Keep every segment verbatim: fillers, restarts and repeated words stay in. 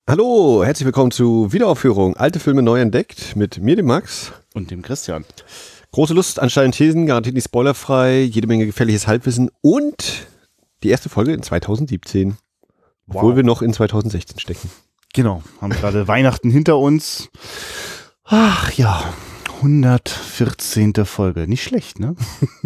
Hallo, herzlich willkommen zu Wiederaufführung Alte Filme neu entdeckt mit mir, dem Max. Und dem Christian. Große Lust an steilen Thesen, garantiert nicht spoilerfrei, jede Menge gefährliches Halbwissen und die erste Folge in zweitausendsiebzehn. Wow. Obwohl wir noch in zweitausendsechzehn stecken. Genau, haben gerade Weihnachten hinter uns. Ach ja, hundertvierzehnte Folge. Nicht schlecht, ne?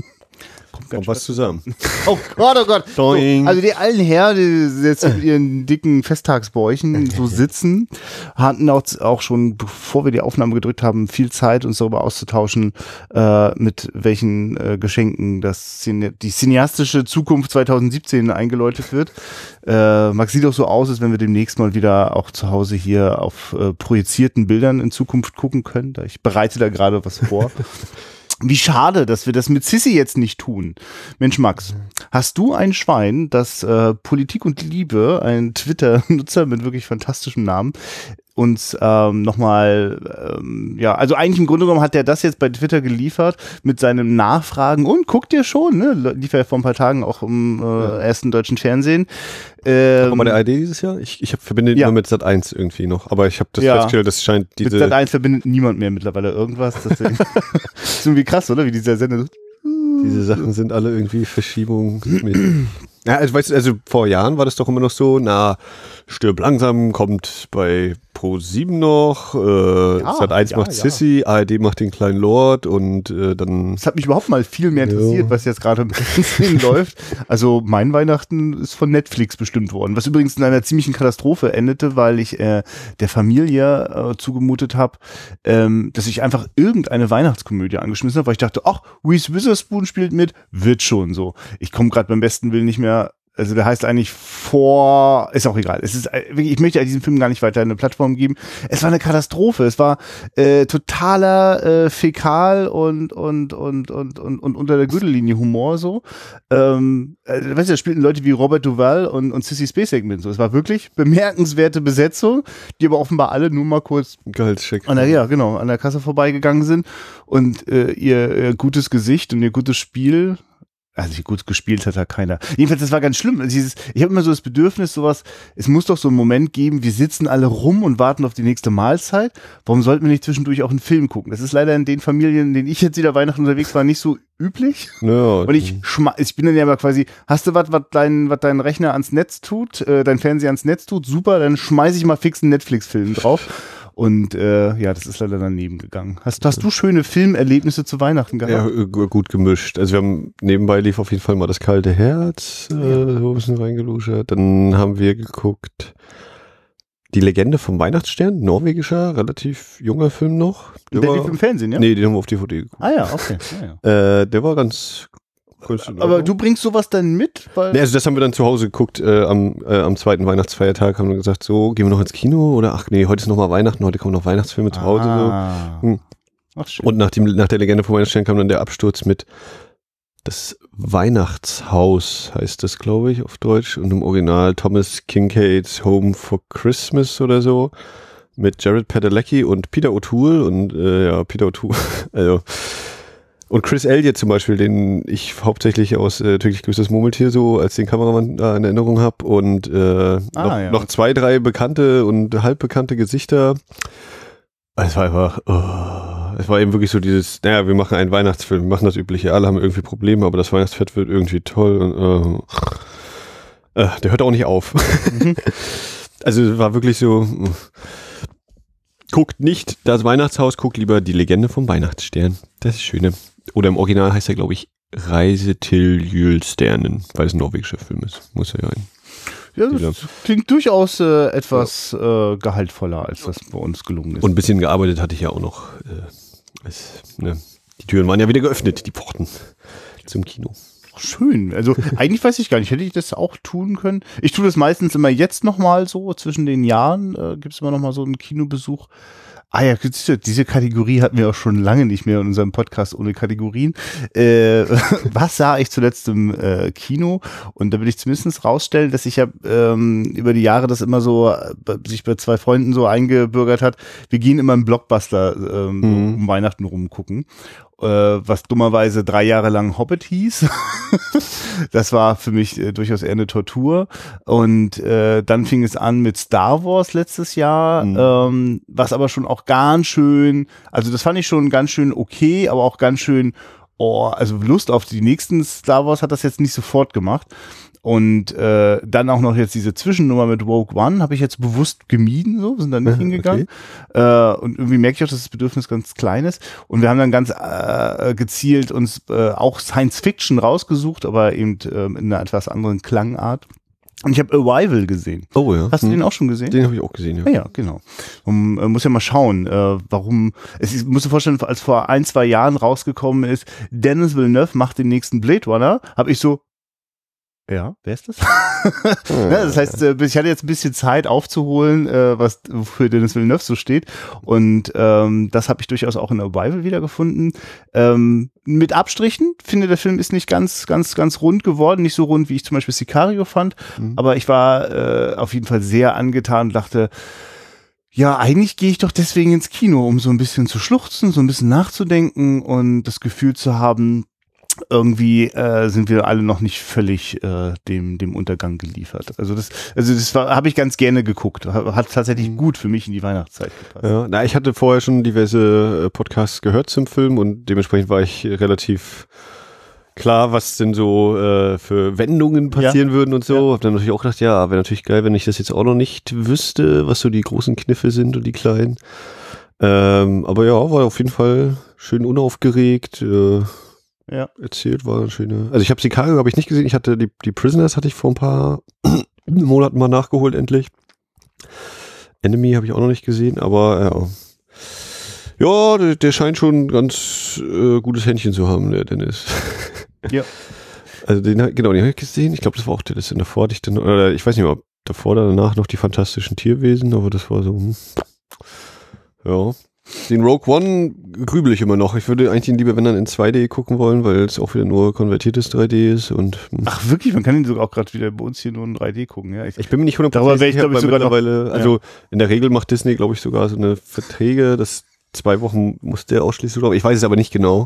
Kommt was zusammen. Oh Gott, oh Gott. So, also die alten Herren, die jetzt mit ihren dicken Festtagsbäuchen so sitzen, hatten auch, auch schon, bevor wir die Aufnahme gedrückt haben, viel Zeit, uns darüber auszutauschen, äh, mit welchen äh, Geschenken das Cine- die cineastische Zukunft zweitausendsiebzehn eingeläutet wird. Äh, Max, sieht auch so aus, als wenn wir demnächst mal wieder auch zu Hause hier auf äh, projizierten Bildern in Zukunft gucken können. Ich bereite da gerade was vor. Wie schade, dass wir das mit Sissi jetzt nicht tun. Mensch, Max, hast du ein Schwein, das äh, Politik und Liebe, ein Twitter-Nutzer mit wirklich fantastischem Namen, uns ähm, nochmal, ähm, ja, also eigentlich im Grunde genommen hat er das jetzt bei Twitter geliefert mit seinem Nachfragen und guckt ihr schon, ne, lief er vor ein paar Tagen auch im äh, ja. ersten deutschen Fernsehen. Ähm, bei der A R D dieses Jahr? Ich, ich hab, verbinde ja. nur mit Sat eins irgendwie noch, aber ich habe das ja. festgestellt, das scheint diese... Mit Sat eins verbindet niemand mehr mittlerweile irgendwas. Deswegen. Ist irgendwie krass, oder? Wie dieser Sender... Diese Sachen sind alle irgendwie Verschiebungen mit... Ja, also weißt du, also vor Jahren war das doch immer noch so, na, Stirb langsam kommt bei Pro sieben noch, äh, ja, Sat eins ja, macht ja. Sissi, A R D macht den kleinen Lord und äh, dann... Das hat mich überhaupt mal viel mehr interessiert, ja. was jetzt gerade im Fernsehen läuft. Also mein Weihnachten ist von Netflix bestimmt worden, was übrigens in einer ziemlichen Katastrophe endete, weil ich äh, der Familie äh, zugemutet habe, ähm, dass ich einfach irgendeine Weihnachtskomödie angeschmissen habe, weil ich dachte, ach, Reese Witherspoon spielt mit, wird schon so. Ich komme gerade beim besten Willen nicht mehr. Also der heißt eigentlich vor, ist auch egal. Es ist, ich möchte diesem Film gar nicht weiter eine Plattform geben. Es war eine Katastrophe. Es war äh, totaler äh, Fäkal und und und und und und unter der Gürtellinie Humor so. Ähm, äh, weißt du, da spielten Leute wie Robert Duvall und und Sissy Spacek mit. So, es war wirklich bemerkenswerte Besetzung, die aber offenbar alle nur mal kurz Gehaltscheck an der, ja genau an der Kasse vorbeigegangen sind und äh, ihr, ihr gutes Gesicht und ihr gutes Spiel. Also wie gut gespielt hat da keiner. Jedenfalls, das war ganz schlimm. Also dieses, ich habe immer so das Bedürfnis, sowas, es muss doch so einen Moment geben, wir sitzen alle rum und warten auf die nächste Mahlzeit. Warum sollten wir nicht zwischendurch auch einen Film gucken? Das ist leider in den Familien, in denen ich jetzt wieder Weihnachten unterwegs war, nicht so üblich. Ja, und ich schma- ich bin dann ja aber quasi, hast du was, was dein, was dein Rechner ans Netz tut, äh, dein Fernseher ans Netz tut, super, dann schmeiße ich mal fix einen Netflix-Film drauf. Und äh, ja, das ist leider daneben gegangen. Hast, hast du schöne Filmerlebnisse zu Weihnachten gehabt? Ja, gut gemischt. Also wir haben, nebenbei lief auf jeden Fall mal Das kalte Herz, äh, so ein bisschen reingeluschert. Dann haben wir geguckt Die Legende vom Weihnachtsstern, norwegischer, relativ junger Film noch. Der, der lief im Fernsehen, ja? Nee, den haben wir auf D V D geguckt. Ah ja, okay. Ah, ja. Äh, der war ganz... Aber du bringst sowas dann mit? Weil nee, also das haben wir dann zu Hause geguckt, äh, am, äh, am zweiten Weihnachtsfeiertag, haben wir gesagt, so, gehen wir noch ins Kino oder ach nee, heute ist nochmal Weihnachten, heute kommen noch Weihnachtsfilme zu Hause. Ah. So. Hm. Ach, schön. Und nach, dem, nach der Legende vom Weihnachtsstern kam dann der Absturz mit Das Weihnachtshaus, heißt das, glaube ich, auf Deutsch. Und im Original Thomas Kincaid's Home for Christmas oder so. Mit Jared Padalecki und Peter O'Toole und äh, ja, Peter O'Toole, also und Chris Elliott zum Beispiel, den ich hauptsächlich aus äh, Täglich grüßt das Murmeltier so als den Kameramann da in Erinnerung habe und äh, ah, noch, ja. noch zwei, drei bekannte und halbbekannte Gesichter. Es war einfach, oh, es war eben wirklich so dieses, naja, wir machen einen Weihnachtsfilm, wir machen das Übliche, alle haben irgendwie Probleme, aber das Weihnachtsfest wird irgendwie toll und äh, äh, der hört auch nicht auf. Mhm. Also war wirklich so, guckt nicht das Weihnachtshaus, guckt lieber Die Legende vom Weihnachtsstern. Das ist Schöne. Oder im Original heißt er, glaube ich, Reise til Julestjernen, weil es ein norwegischer Film ist. Muss er ja ein. Ja, das klingt durchaus äh, etwas äh, gehaltvoller, als das bei uns gelungen ist. Und ein bisschen gearbeitet hatte ich ja auch noch. Äh, es, ne, die Türen waren ja wieder geöffnet, die Pforten zum Kino. Schön. Also eigentlich weiß ich gar nicht, hätte ich das auch tun können? Ich tue das meistens immer jetzt nochmal so, zwischen den Jahren äh, gibt es immer nochmal so einen Kinobesuch. Ah ja, diese Kategorie hatten wir auch schon lange nicht mehr in unserem Podcast ohne Kategorien. Äh, was sah ich zuletzt im äh, Kino? Und da will ich zumindest rausstellen, dass ich ja ähm, über die Jahre das immer so äh, sich bei zwei Freunden so eingebürgert hat. Wir gehen immer im Blockbuster ähm, mhm. um Weihnachten rumgucken. äh, was dummerweise drei Jahre lang Hobbit hieß. Das war für mich äh, durchaus eher eine Tortur. Und äh, dann fing es an mit Star Wars letztes Jahr, mhm. ähm, was aber schon auch ganz schön, also das fand ich schon ganz schön okay, aber auch ganz schön, oh, also Lust auf die nächsten Star Wars hat das jetzt nicht sofort gemacht. Und äh, dann auch noch jetzt diese Zwischennummer mit Rogue One habe ich jetzt bewusst gemieden, so, sind da nicht hingegangen. Okay. Äh, und irgendwie merke ich auch, dass das Bedürfnis ganz klein ist. Und wir haben dann ganz äh, gezielt uns äh, auch Science Fiction rausgesucht, aber eben äh, in einer etwas anderen Klangart. Und ich habe Arrival gesehen. Oh ja. Hast du hm. den auch schon gesehen? Den habe ich auch gesehen, ja. Ja, ja, genau. Man äh, muss ja mal schauen, äh, warum, es ist, musst du vorstellen, als vor ein, zwei Jahren rausgekommen ist, Denis Villeneuve macht den nächsten Blade Runner, habe ich so, ja, wer ist das? Ja, das heißt, ich hatte jetzt ein bisschen Zeit aufzuholen, was für Denis Villeneuve so steht. Und ähm, das habe ich durchaus auch in Arrival wiedergefunden. Ähm, mit Abstrichen. Finde, der Film ist nicht ganz, ganz, ganz rund geworden. Nicht so rund, wie ich zum Beispiel Sicario fand. Mhm. Aber ich war äh, auf jeden Fall sehr angetan und dachte, ja, eigentlich gehe ich doch deswegen ins Kino, um so ein bisschen zu schluchzen, so ein bisschen nachzudenken und das Gefühl zu haben, irgendwie äh, sind wir alle noch nicht völlig äh, dem dem Untergang geliefert. Also das also das habe ich ganz gerne geguckt. Hat tatsächlich gut für mich in die Weihnachtszeit gepasst. Ja, na, ich hatte vorher schon diverse äh, Podcasts gehört zum Film und dementsprechend war ich relativ klar, was denn so äh, für Wendungen passieren ja. würden und so. Ja. Hab dann natürlich auch gedacht, ja, wäre natürlich geil, wenn ich das jetzt auch noch nicht wüsste, was so die großen Kniffe sind und die kleinen. Ähm, aber ja, war auf jeden Fall schön unaufgeregt. Äh, Ja. erzählt, war eine schöne. Also ich habe Sicario habe ich nicht gesehen. Ich hatte die, die Prisoners hatte ich vor ein paar Monaten mal nachgeholt endlich. Enemy habe ich auch noch nicht gesehen, aber ja, ja, der, der scheint schon ein ganz äh, gutes Händchen zu haben, der Dennis. Ja. Also den genau, den habe ich gesehen. Ich glaube, das war auch der, das davor hatte ich dann, oder ich weiß nicht mehr, ob davor oder danach noch die fantastischen Tierwesen, aber das war so. Hm. Ja. Den Rogue One grübel ich immer noch. Ich würde eigentlich lieber, wenn dann in zwei D gucken wollen, weil es auch wieder nur konvertiertes drei D ist und. Ach wirklich? Man kann ihn sogar auch gerade wieder bei uns hier nur in drei D gucken, ja. Ich, ich bin mir nicht hundertprozentig sicher, glaube ich, sogar mittlerweile. Noch, also ja. in der Regel macht Disney, glaube ich, sogar so eine Verträge, dass zwei Wochen muss der ausschließen, glaube ich. Ich weiß es aber nicht genau.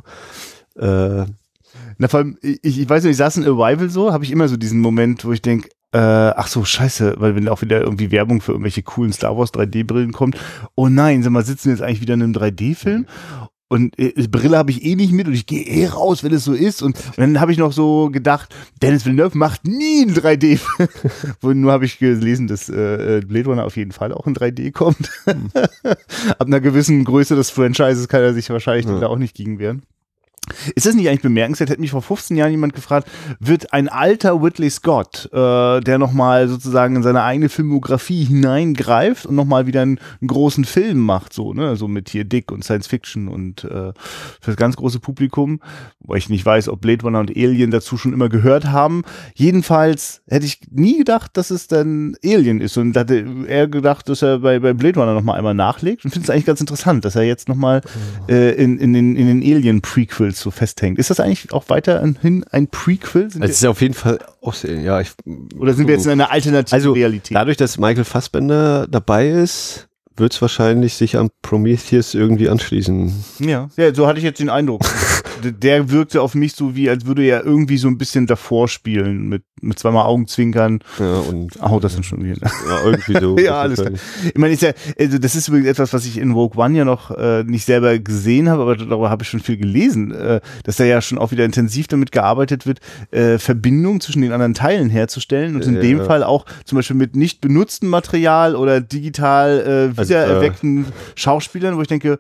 Äh, Na, vor allem, ich, ich weiß nicht, ich saß in Arrival so, habe ich immer so diesen Moment, wo ich denke, Äh, ach so, scheiße, weil wenn auch wieder irgendwie Werbung für irgendwelche coolen Star Wars drei D Brillen kommt, oh nein, sag mal, sitzen wir jetzt eigentlich wieder in einem drei D Film? Und äh, Brille habe ich eh nicht mit und ich gehe eh raus, wenn es so ist. Und, und dann habe ich noch so gedacht, Denis Villeneuve macht nie einen drei D Film. Nur habe ich gelesen, dass äh, Blade Runner auf jeden Fall auch in drei D kommt. Hm. Ab einer gewissen Größe des Franchises kann er sich wahrscheinlich ja. da auch nicht gegen wehren. Ist das nicht eigentlich bemerkenswert? Hätte mich vor fünfzehn Jahren jemand gefragt, wird ein alter Ridley Scott, äh, der nochmal sozusagen in seine eigene Filmografie hineingreift und nochmal wieder einen, einen großen Film macht, so, ne, so mit hier Dick und Science Fiction und äh, für das ganz große Publikum, wo ich nicht weiß, ob Blade Runner und Alien dazu schon immer gehört haben. Jedenfalls hätte ich nie gedacht, dass es dann Alien ist und hatte eher gedacht, dass er bei, bei Blade Runner nochmal einmal nachlegt und finde es eigentlich ganz interessant, dass er jetzt nochmal äh, in, in den, in den Alien-Prequels so festhängt. Ist das eigentlich auch weiterhin ein Prequel? Sind es ist auf jeden Fall auch sehr, ja. Ich, oder sind wir jetzt in einer alternativen also, Realität? Dadurch, dass Michael Fassbender dabei ist, wird es wahrscheinlich sich an Prometheus irgendwie anschließen. Ja, ja, so hatte ich jetzt den Eindruck. Der wirkte auf mich so wie, als würde er irgendwie so ein bisschen davor spielen, mit, mit zweimal Augenzwinkern. Ja, und. Ach, das sind schon wieder. Ja, irgendwie so. Ja, alles klar. Ich meine, ist ja, also das ist übrigens etwas, was ich in Rogue One ja noch äh, nicht selber gesehen habe, aber darüber habe ich schon viel gelesen, äh, dass da ja schon auch wieder intensiv damit gearbeitet wird, äh, Verbindungen zwischen den anderen Teilen herzustellen und in ja, dem ja. Fall auch zum Beispiel mit nicht benutztem Material oder digital äh, wiedererweckten also, äh, Schauspielern, wo ich denke,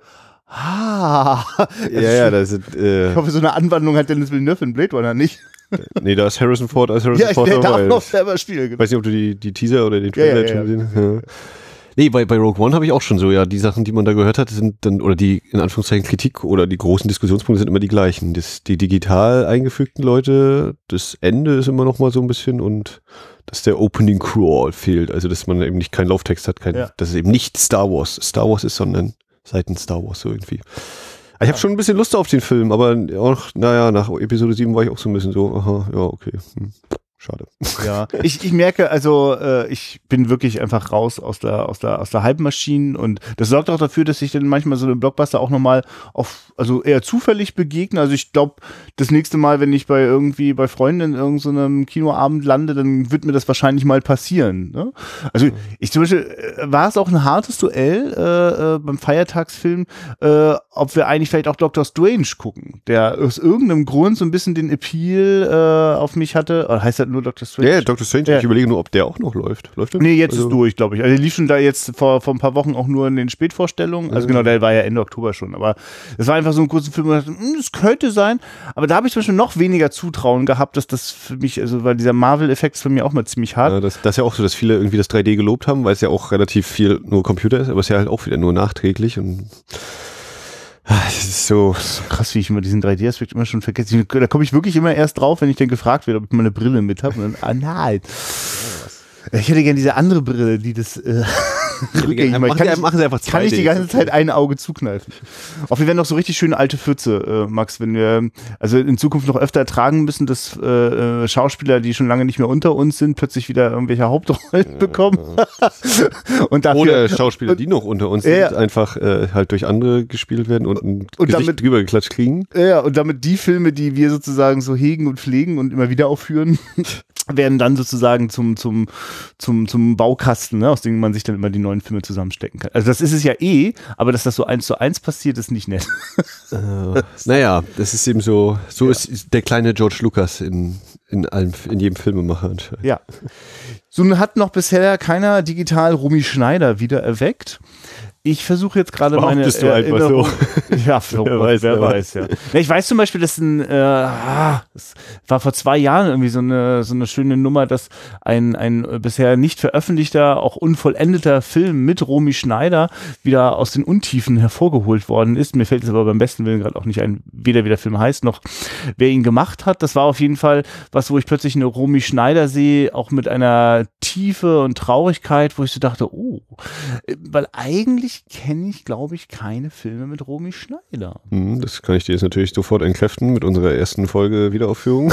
Ah, ja, ja, das ist, äh, ich hoffe, so eine Anwandlung hat Denis Villeneuve in Blade Runner nicht. Nee, da ist Harrison Ford als Harrison ja, Ford der dabei. darf noch selber spielen. Ich weiß nicht, ob du die, die Teaser oder den Trailer ja, ja, schon ja. gesehen hast. Ja. Nee, bei, bei Rogue One habe ich auch schon so, ja, die Sachen, die man da gehört hat, sind dann, oder die, in Anführungszeichen, Kritik oder die großen Diskussionspunkte sind immer die gleichen. Das, die digital eingefügten Leute, das Ende ist immer noch mal so ein bisschen und dass der Opening Crawl fehlt. Also, dass man eben nicht keinen Lauftext hat, kein, ja. dass es eben nicht Star Wars Star Wars ist, sondern Seiten Star Wars so irgendwie. Ich habe schon ein bisschen Lust auf den Film, aber auch, naja, nach Episode sieben war ich auch so ein bisschen so, aha, ja, okay. Hm. Schade. Ja, ich, ich merke, also äh, ich bin wirklich einfach raus aus der aus der aus der Hype-Maschine und das sorgt auch dafür, dass ich dann manchmal so einen Blockbuster auch nochmal auf, also eher zufällig begegne. Also ich glaube, das nächste Mal, wenn ich bei irgendwie bei Freunden in irgendeinem Kinoabend lande, dann wird mir das wahrscheinlich mal passieren. Ne? Also ich zum Beispiel, äh, war es auch ein hartes Duell äh, äh, beim Feiertagsfilm, äh, ob wir eigentlich vielleicht auch Doktor Strange gucken, der aus irgendeinem Grund so ein bisschen den Appeal äh, auf mich hatte. Oder heißt das nur Doktor Strange? Ja, Doktor Strange. Ja. Ich überlege nur, ob der auch noch läuft. Läuft der? Nee, jetzt also, ist durch, glaube ich. Also der lief schon da jetzt vor, vor ein paar Wochen auch nur in den Spätvorstellungen. Also ja. genau, der war ja Ende Oktober schon. Aber es war einfach so ein kurzer Film, wo ich dachte, es könnte sein. Aber da habe ich zum Beispiel noch weniger Zutrauen gehabt, dass das für mich, also weil dieser Marvel-Effekt ist für mich auch mal ziemlich hart. Ja, das, das ist ja auch so, dass viele irgendwie das drei D gelobt haben, weil es ja auch relativ viel nur Computer ist, aber es ist ja halt auch wieder nur nachträglich und das ist so, so krass, wie ich immer diesen drei D-Aspekt immer schon vergesse. Da komme ich wirklich immer erst drauf, wenn ich dann gefragt werde, ob ich mal eine Brille mit habe. Und dann, ah nein. Ich hätte gerne diese andere Brille, die das äh, rückgängig macht. Kann, machen Sie einfach kann ich die ganze Zeit ein Auge zukneifen. Auch wir werden noch so richtig schöne alte Pfütze, äh, Max, wenn wir also in Zukunft noch öfter ertragen müssen, dass äh, Schauspieler, die schon lange nicht mehr unter uns sind, plötzlich wieder irgendwelche Hauptrollen ja, bekommen. Und dafür, oder Schauspieler, die noch unter uns ja, sind, einfach äh, halt durch andere gespielt werden und ein und Gesicht damit, drüber geklatscht kriegen. Ja, und damit die Filme, die wir sozusagen so hegen und pflegen und immer wieder aufführen, werden dann sozusagen zum, zum, zum, zum Baukasten, ne, aus dem man sich dann immer die neuen Filme zusammenstecken kann. Also das ist es ja eh, aber dass das so eins zu eins passiert, ist nicht nett. Äh, naja, das ist eben so, so ja. ist, ist der kleine George Lucas in, in, allem, in jedem Filmemacher anscheinend. Ja. So hat noch bisher keiner digital Romy Schneider wieder erweckt. Ich versuche jetzt gerade meine du Erinnerung. So. Ja, so, wer, weiß, wer weiß, ja. ja. Ich weiß zum Beispiel, dass ein, äh, das war vor zwei Jahren irgendwie so eine so eine schöne Nummer, dass ein ein bisher nicht veröffentlichter, auch unvollendeter Film mit Romy Schneider wieder aus den Untiefen hervorgeholt worden ist. Mir fällt es aber beim besten Willen gerade auch nicht ein, weder wie der Film heißt noch wer ihn gemacht hat. Das war auf jeden Fall was, wo ich plötzlich eine Romy Schneider sehe, auch mit einer Tiefe und Traurigkeit, wo ich so dachte, oh, weil eigentlich kenne ich, glaube ich, keine Filme mit Romy Schneider. Das kann ich dir jetzt natürlich sofort entkräften mit unserer ersten Folge Wiederaufführung.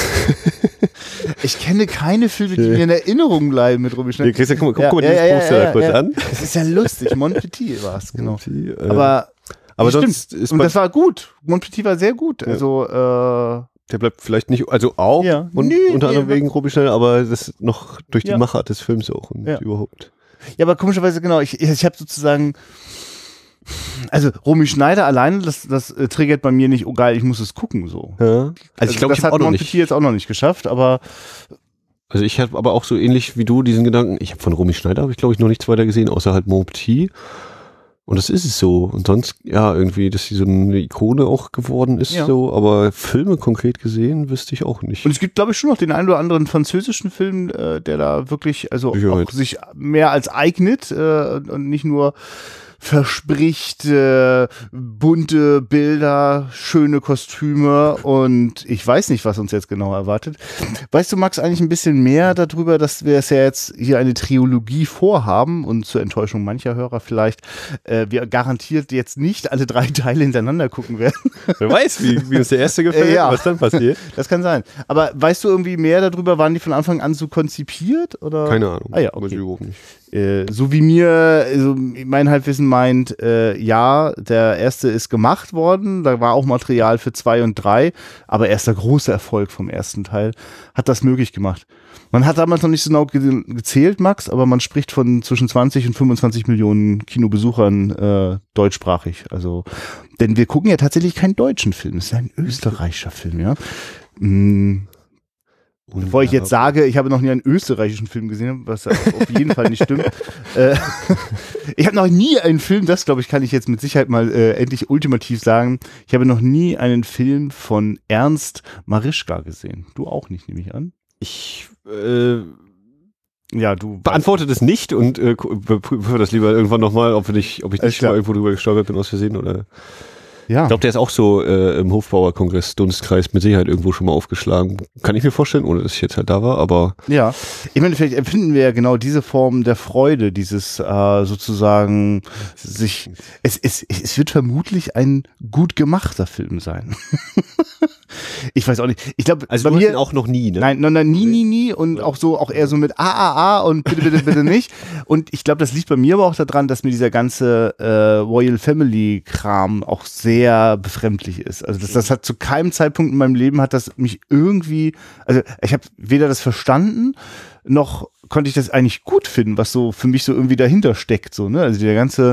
Ich kenne keine Filme, die mir in Erinnerung bleiben mit Romy Schneider. Christian, guck, guck ja, mal dieses ja, ja, Poster ja, da kurz ja. an. Das ist ja lustig. Montpetit war es, genau. Monty, äh, aber aber stimmt. sonst ist und das war gut. Montpetit war sehr gut. Ja. Also, äh, der bleibt vielleicht nicht, also auch ja. und nee, unter anderem nee, wegen Romy Schneider, aber das noch durch die ja. Machart des Films auch und ja. überhaupt. Ja, aber komischerweise, genau, ich, ich habe sozusagen also Romy Schneider alleine, das, das äh, triggert bei mir nicht, oh geil, ich muss es gucken, so. Ja. Also, also ich glaube, ich habe auch noch nicht. jetzt auch noch nicht geschafft, aber also ich habe aber auch so ähnlich wie du diesen Gedanken, ich habe von Romy Schneider, habe ich glaube ich noch nichts weiter gesehen, außer halt Montpetit. Und das ist es so. Und sonst, ja, irgendwie, dass sie so eine Ikone auch geworden ist, ja. so, aber Filme konkret gesehen, wüsste ich auch nicht. Und es gibt, glaube ich, schon noch den einen oder anderen französischen Film, äh, der da wirklich, also auch sich mehr als eignet äh, und nicht nur verspricht äh, bunte Bilder, schöne Kostüme und ich weiß nicht, was uns jetzt genau erwartet. Weißt du, Max, eigentlich ein bisschen mehr darüber, dass wir es ja jetzt hier eine Trilogie vorhaben und zur Enttäuschung mancher Hörer vielleicht, äh, wir garantiert jetzt nicht alle drei Teile hintereinander gucken werden. Wer weiß, wie, wie uns der erste gefällt, äh, ja. was dann passiert. Das kann sein. Aber weißt du irgendwie mehr darüber, waren die von Anfang an so konzipiert? Oder? Keine Ahnung. Ah ja, okay. Äh, so wie mir, also mein Halbwissen meint, äh, ja, der erste ist gemacht worden, da war auch Material für zwei und drei, aber erst der große Erfolg vom ersten Teil hat das möglich gemacht. Man hat damals noch nicht so genau ge- gezählt, Max, aber man spricht von zwischen zwanzig und fünfundzwanzig Millionen Kinobesuchern äh, deutschsprachig. Also, denn wir gucken ja tatsächlich keinen deutschen Film, es ist ja ein österreichischer Film, ja. Mm. Bevor ich jetzt sage, ich habe noch nie einen österreichischen Film gesehen, was auf jeden Fall nicht stimmt. äh, ich habe noch nie einen Film, das glaube ich, kann ich jetzt mit Sicherheit mal äh, endlich ultimativ sagen, ich habe noch nie einen Film von Ernst Marischka gesehen. Du auch nicht, nehme ich an? Ich, äh, ja, du beantworte das nicht und äh, überprüfe das lieber irgendwann nochmal, ob, ich, ob ich nicht mal irgendwo drüber gestolpert bin aus Versehen oder... Ja. Ich glaube, der ist auch so äh, im Hofbauer-Kongress Dunstkreis mit Sicherheit irgendwo schon mal aufgeschlagen. Kann ich mir vorstellen, ohne dass ich jetzt halt da war, aber... Ja, ich meine, vielleicht empfinden wir ja genau diese Form der Freude, dieses äh, sozusagen sich... Es, es, es wird vermutlich ein gut gemachter Film sein. ich weiß auch nicht. Ich glaube, also bei du mir auch noch nie, ne? Nein, nein, nein, nie, nie, nie und auch so, auch eher so mit A, A, A und bitte, bitte, bitte nicht. Und ich glaube, das liegt bei mir aber auch daran, dass mir dieser ganze äh, Royal Family Kram auch sehr befremdlich ist. Also das, das hat zu keinem Zeitpunkt in meinem Leben hat das mich irgendwie, also ich habe weder das verstanden, noch konnte ich das eigentlich gut finden, was so für mich so irgendwie dahinter steckt, so, ne? Also der ganze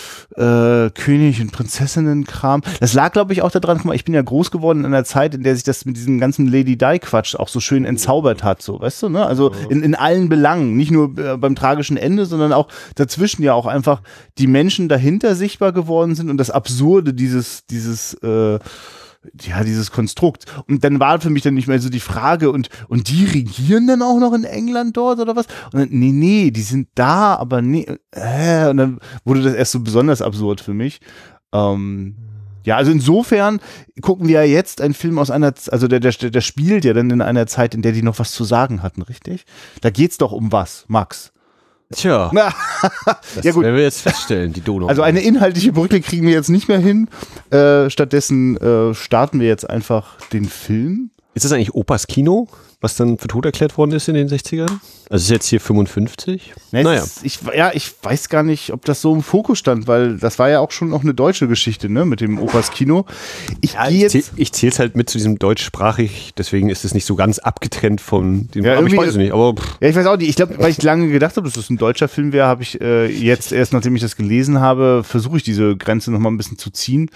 Äh, König- und Prinzessinnen-Kram. Das lag, glaube ich, auch daran, guck mal, ich bin ja groß geworden in einer Zeit, in der sich das mit diesem ganzen Lady-Di-Quatsch auch so schön entzaubert hat, so, weißt du, ne? Also in, in allen Belangen, nicht nur äh, beim tragischen Ende, sondern auch dazwischen ja auch einfach die Menschen dahinter sichtbar geworden sind und das Absurde dieses, dieses, äh, ja, dieses Konstrukt. Und dann war für mich dann nicht mehr so die Frage, und, und die regieren dann auch noch in England dort oder was? Und dann, nee, nee, die sind da, aber nee, äh, und dann wurde das erst so besonders absurd für mich. Ähm, ja, also insofern gucken wir ja jetzt einen Film aus einer, also der, der, der spielt ja dann in einer Zeit, in der die noch was zu sagen hatten, richtig? Da geht's doch um was, Max. Tja, das ja, gut. werden wir jetzt feststellen, die Donau. Also eine inhaltliche Brücke kriegen wir jetzt nicht mehr hin. Äh, stattdessen äh, starten wir jetzt einfach den Film. Ist das eigentlich Opas Kino, was dann für tot erklärt worden ist in den sechzigern? Also ist jetzt hier fünfundfünfzig? Nee, naja. Ist, ich, ja, ich weiß gar nicht, ob das so im Fokus stand, weil das war ja auch schon noch eine deutsche Geschichte, ne, mit dem Opas Kino. Ich ja, gehe jetzt. Ich, zähl, ich zähle es halt mit zu diesem deutschsprachig, deswegen ist es nicht so ganz abgetrennt von dem. Ja, aber ich weiß es nicht, aber. Pff. Ja, ich weiß auch nicht. Ich glaube, weil ich lange gedacht habe, dass das ein deutscher Film wäre, habe ich äh, jetzt erst, nachdem ich das gelesen habe, versuche ich diese Grenze nochmal ein bisschen zu ziehen.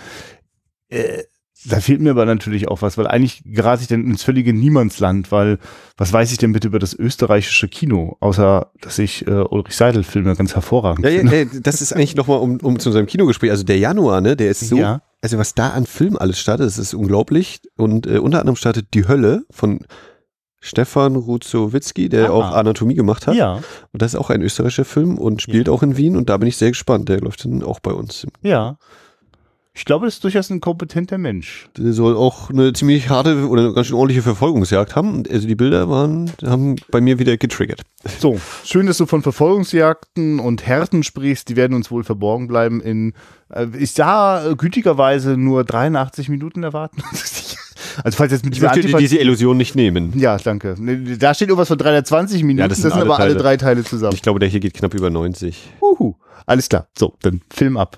Äh, Da fehlt mir aber natürlich auch was, weil eigentlich gerate ich dann ins völlige Niemandsland, weil was weiß ich denn bitte über das österreichische Kino, außer dass ich äh, Ulrich Seidel-Filme ganz hervorragend ja, finde. ja, das ist eigentlich nochmal um, um zu unserem Kinogespräch, also der Januar, ne, der ist so, Ja. also was da an Film alles startet, das ist unglaublich und äh, unter anderem startet Die Hölle von Stefan Ruzowitzki, der Ah. auch Anatomie gemacht hat. Ja, Und das ist auch ein österreichischer Film und spielt auch in Wien und da bin ich sehr gespannt, der läuft dann auch bei uns. ja. Ich glaube, das ist durchaus ein kompetenter Mensch. Der soll auch eine ziemlich harte oder eine ganz schön ordentliche Verfolgungsjagd haben. Also die Bilder waren, haben bei mir wieder getriggert. So, schön, dass du von Verfolgungsjagden und Härten sprichst. Die werden uns wohl verborgen bleiben in, äh, ich sah äh, gütigerweise nur dreiundachtzig Minuten erwarten. Also falls jetzt mit Ich dieser möchte dir Antipathie- diese Illusion nicht nehmen. Ja, danke. Nee, da steht irgendwas von dreihundertzwanzig Minuten, Ja, das das sind sind, alle aber alle Teile. drei Teile zusammen. Ich glaube, der hier geht knapp über neunzig. Uhu. Alles klar. So, dann Film ab.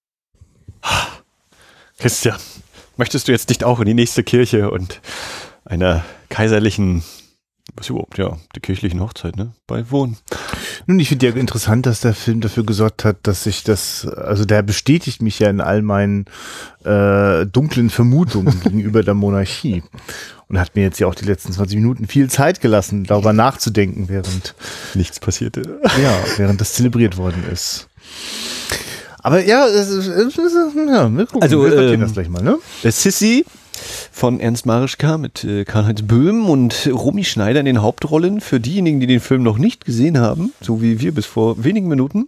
Christian, möchtest du jetzt nicht auch in die nächste Kirche und einer kaiserlichen, was überhaupt, ja, der kirchlichen Hochzeit, ne, beiwohnen? Nun, ich finde ja interessant, dass der Film dafür gesorgt hat, dass ich das, also der bestätigt mich ja in all meinen äh, dunklen Vermutungen gegenüber der Monarchie. Und hat mir jetzt ja auch die letzten zwanzig Minuten viel Zeit gelassen, darüber nachzudenken, während Nichts passierte. ja, während das zelebriert worden ist. Aber ja, es ist, es ist, ja, wir gucken, Also, wir sortieren ähm, das gleich mal, ne? Sissi von Ernst Marischka mit äh, Karl-Heinz Böhm und Romy Schneider in den Hauptrollen. Für diejenigen, die den Film noch nicht gesehen haben, so wie wir bis vor wenigen Minuten.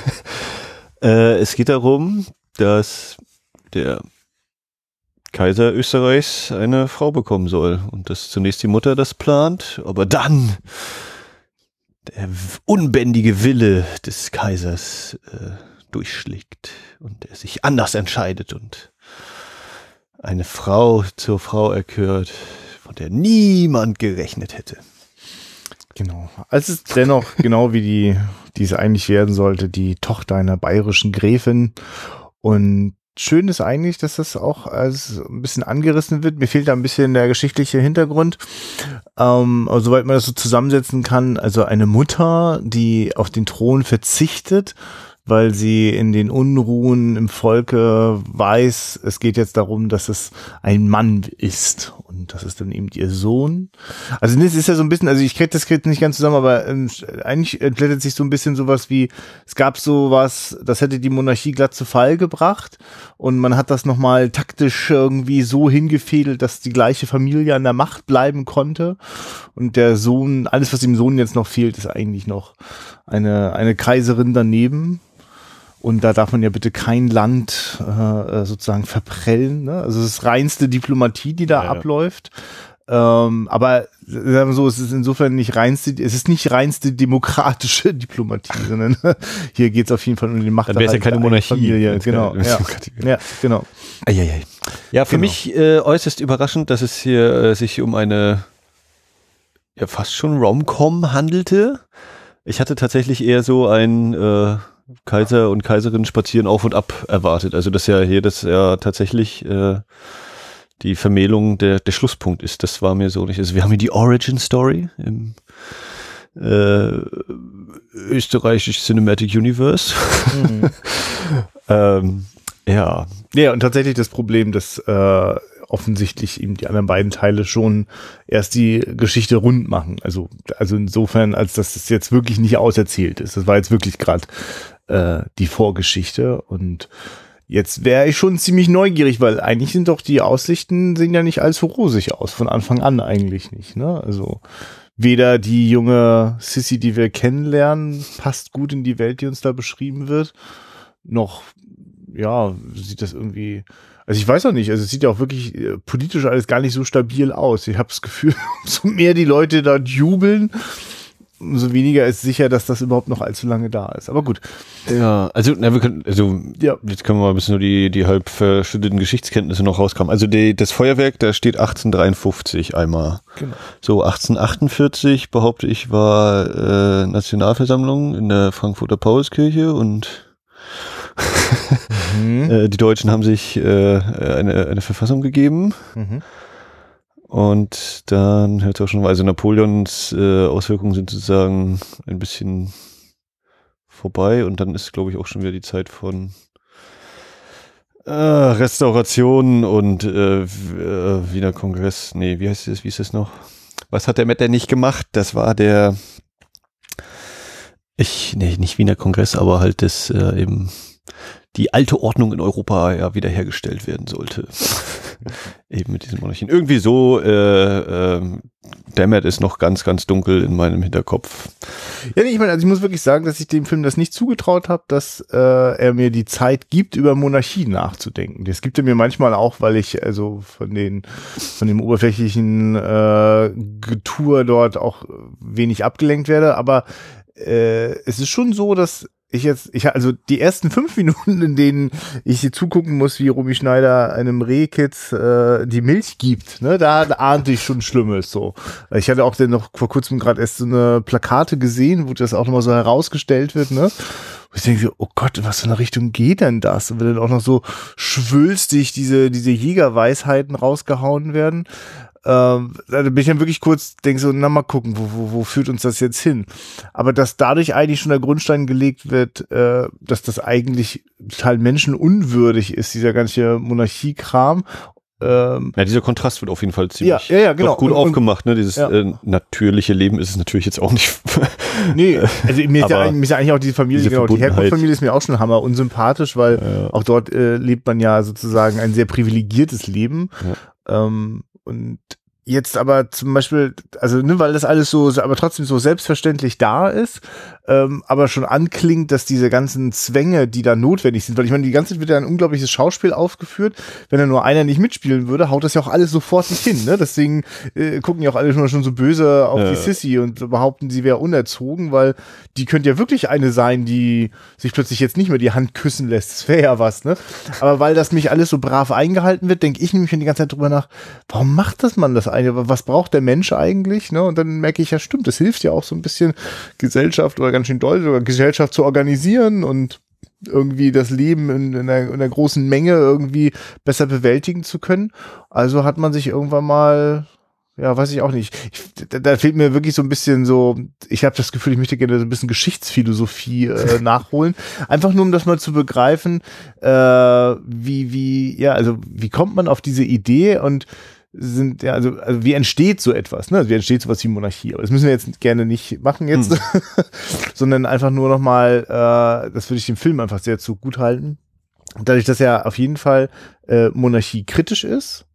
äh, es geht darum, dass der Kaiser Österreichs eine Frau bekommen soll und dass zunächst die Mutter das plant, aber dann der unbändige Wille des Kaisers äh, durchschlägt und er sich anders entscheidet und eine Frau zur Frau erkürt, von der niemand gerechnet hätte. Genau. Es ist dennoch genau wie die, die es eigentlich werden sollte, die Tochter einer bayerischen Gräfin. Und schön ist eigentlich, dass das auch als ein bisschen angerissen wird. Mir fehlt da ein bisschen der geschichtliche Hintergrund. Ähm, aber soweit man das so zusammensetzen kann, also eine Mutter, die auf den Thron verzichtet, weil sie in den Unruhen im Volke weiß, es geht jetzt darum, dass es ein Mann ist. Und das ist dann eben ihr Sohn. Also das ist ja so ein bisschen, also ich kriege das krieg nicht ganz zusammen, aber ähm, eigentlich entblättert sich so ein bisschen sowas wie, es gab sowas, das hätte die Monarchie glatt zu Fall gebracht und man hat das nochmal taktisch irgendwie so hingefädelt, dass die gleiche Familie an der Macht bleiben konnte und der Sohn, alles was dem Sohn jetzt noch fehlt, ist eigentlich noch eine, eine Kaiserin daneben. Und da darf man ja bitte kein Land äh, sozusagen verprellen. Ne? Also es ist reinste Diplomatie, die da ja, abläuft. Ähm, aber sagen wir so, es ist insofern nicht reinste, es ist nicht reinste demokratische Diplomatie, sondern hier geht es auf jeden Fall um den Machterhalt. Dann wäre es ja keine Monarchie. Familie. Genau. Ja. ja, genau. Eieiei. Ja, für genau. mich äh, äußerst überraschend, dass es hier äh, sich um eine ja fast schon Rom-Com handelte. Ich hatte tatsächlich eher so ein äh, Kaiser und Kaiserin spazieren auf und ab erwartet. Also dass ja hier das ja tatsächlich äh, die Vermählung der, der Schlusspunkt ist. Das war mir so nicht. Also wir haben hier die Origin Story im äh, österreichisch Cinematic Universe. Mhm. ähm, ja. Ja, und tatsächlich das Problem, dass äh, offensichtlich eben die anderen beiden Teile schon erst die Geschichte rund machen. Also, also insofern, als dass das jetzt wirklich nicht auserzählt ist. Das war jetzt wirklich gerade äh, die Vorgeschichte und jetzt wäre ich schon ziemlich neugierig, weil eigentlich sind doch die Aussichten sehen ja nicht allzu rosig aus, von Anfang an eigentlich nicht, ne? Also weder die junge Sissy, die wir kennenlernen, passt gut in die Welt, die uns da beschrieben wird, noch, ja, sieht das irgendwie, also ich weiß auch nicht, also es sieht ja auch wirklich äh, politisch alles gar nicht so stabil aus. Ich habe das Gefühl, umso mehr die Leute dort jubeln, umso weniger ist sicher, dass das überhaupt noch allzu lange da ist. Aber gut. Ja, also, na, wir können, also ja. Jetzt können wir mal ein bisschen nur die, die halb verschütteten Geschichtskenntnisse noch rauskramen. Also die, das Feuerwerk, da steht achtzehnhundertdreiundfünfzig einmal. Genau. So achtzehnhundertachtundvierzig, behaupte ich, war äh, Nationalversammlung in der Frankfurter Paulskirche und mhm. äh, die Deutschen haben sich äh, eine, eine Verfassung gegeben. Mhm. Und dann hört es auch schon, also Napoleons äh, Auswirkungen sind sozusagen ein bisschen vorbei und dann ist, glaube ich, auch schon wieder die Zeit von äh, Restauration und äh, Wiener Kongress. Nee, wie heißt das? Wie ist das noch? Was hat der Mettler nicht gemacht? Das war der ich, nee, nicht Wiener Kongress, aber halt das äh, eben die alte Ordnung in Europa ja wiederhergestellt werden sollte. Eben mit diesen Monarchien. Irgendwie so äh, äh, dämmert es noch ganz, ganz dunkel in meinem Hinterkopf. Ja, nee, ich meine, also ich muss wirklich sagen, dass ich dem Film das nicht zugetraut habe, dass äh, er mir die Zeit gibt, über Monarchie nachzudenken. Das gibt er mir manchmal auch, weil ich also von den von dem oberflächlichen äh, Getue dort auch wenig abgelenkt werde. Aber äh, es ist schon so, dass ich jetzt, ich also die ersten fünf Minuten, in denen ich hier zugucken muss, wie Romy Schneider einem Rehkitz äh, die Milch gibt, ne, da ahnte ich schon Schlimmes so. Ich hatte auch dann noch vor kurzem gerade erst so eine Plakate gesehen, wo das auch nochmal so herausgestellt wird, ne. Und ich denke, oh Gott, was für eine Richtung geht denn das? Und wenn dann auch noch so schwülstig diese diese Jägerweisheiten rausgehauen werden. Ähm, da bin ich dann wirklich kurz, denke so, na mal gucken, wo, wo, wo führt uns das jetzt hin? Aber dass dadurch eigentlich schon der Grundstein gelegt wird, äh, dass das eigentlich total menschenunwürdig ist, dieser ganze Monarchiekram. Ähm, ja, dieser Kontrast wird auf jeden Fall ziemlich ja, ja, ja, genau. gut und, aufgemacht, ne? Dieses ja. äh, natürliche Leben ist es natürlich jetzt auch nicht. Nee, also mir ist, ja, mir ist ja eigentlich auch diese Familie, diese genau, die Herkunftsfamilie ist mir auch schon hammer unsympathisch, weil ja. auch dort äh, lebt man ja sozusagen ein sehr privilegiertes Leben. Ja. Ähm, Und jetzt aber zum Beispiel, also ne, weil das alles so, aber trotzdem so selbstverständlich da ist, ähm, aber schon anklingt, dass diese ganzen Zwänge, die da notwendig sind, weil ich meine, die ganze Zeit wird ja ein unglaubliches Schauspiel aufgeführt, wenn da nur einer nicht mitspielen würde, haut das ja auch alles sofort nicht hin, ne? Deswegen äh, gucken ja auch alle schon, schon so böse auf ja. die Sissy und behaupten, sie wäre unerzogen, weil die könnte ja wirklich eine sein, die sich plötzlich jetzt nicht mehr die Hand küssen lässt. Das wäre ja was, ne? Aber weil das nicht alles so brav eingehalten wird, denke ich nämlich schon die ganze Zeit drüber nach, warum macht das man das eigentlich? Was braucht der Mensch eigentlich? Ne? Und dann merke ich, ja stimmt, das hilft ja auch so ein bisschen Gesellschaft oder ganz schön doll, sogar Gesellschaft zu organisieren und irgendwie das Leben in, in, einer, in einer großen Menge irgendwie besser bewältigen zu können. Also hat man sich irgendwann mal, ja, weiß ich auch nicht. Ich, da, da fehlt mir wirklich so ein bisschen so, ich habe das Gefühl, ich möchte gerne so ein bisschen Geschichtsphilosophie äh, nachholen. Einfach nur, um das mal zu begreifen, äh, wie, wie, ja, also wie kommt man auf diese Idee und sind, ja, also, also wie entsteht so etwas, ne? Wie entsteht sowas wie Monarchie? Aber das müssen wir jetzt gerne nicht machen jetzt, hm. sondern einfach nur nochmal, äh, das würde ich dem Film einfach sehr zugutehalten. Dadurch, dass er auf jeden Fall äh, Monarchie kritisch ist,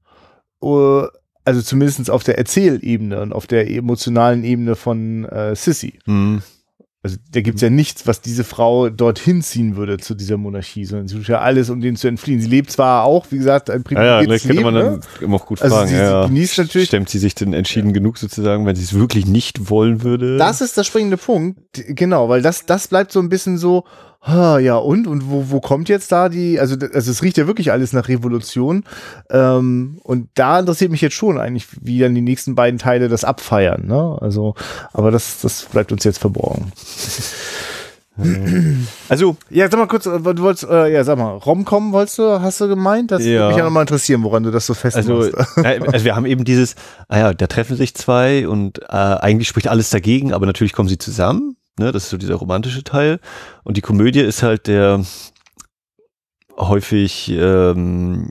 uh, also zumindest auf der Erzählebene und auf der emotionalen Ebene von äh, Sissy. Hm. Also da gibt's ja nichts, was diese Frau dorthin ziehen würde zu dieser Monarchie, sondern sie tut ja alles, um denen zu entfliehen. Sie lebt zwar auch, wie gesagt, ein privilegiertes ja, ja, Leben. Kann man dann ne? immer auch gut also fragen. Sie, ja. sie genießt natürlich. Stemmt sie sich denn entschieden genug sozusagen, wenn sie es wirklich nicht wollen würde? Das ist der springende Punkt, genau, weil das, das bleibt so ein bisschen so, ah, ja und, und wo, wo kommt jetzt da die, also, also es riecht ja wirklich alles nach Revolution ähm, und da interessiert mich jetzt schon eigentlich, wie dann die nächsten beiden Teile das abfeiern, ne? Also, aber das, das bleibt uns jetzt verborgen. Also, ja, sag mal kurz, du wolltest, äh, ja, sag mal, Rom-Com wolltest du, hast du gemeint? Das ja. würde mich ja nochmal interessieren, woran du das so festmachst. Also, äh, also wir haben eben dieses, ah ja, da treffen sich zwei und äh, eigentlich spricht alles dagegen, aber natürlich kommen sie zusammen, ne? Das ist so dieser romantische Teil und die Komödie ist halt der häufig ähm,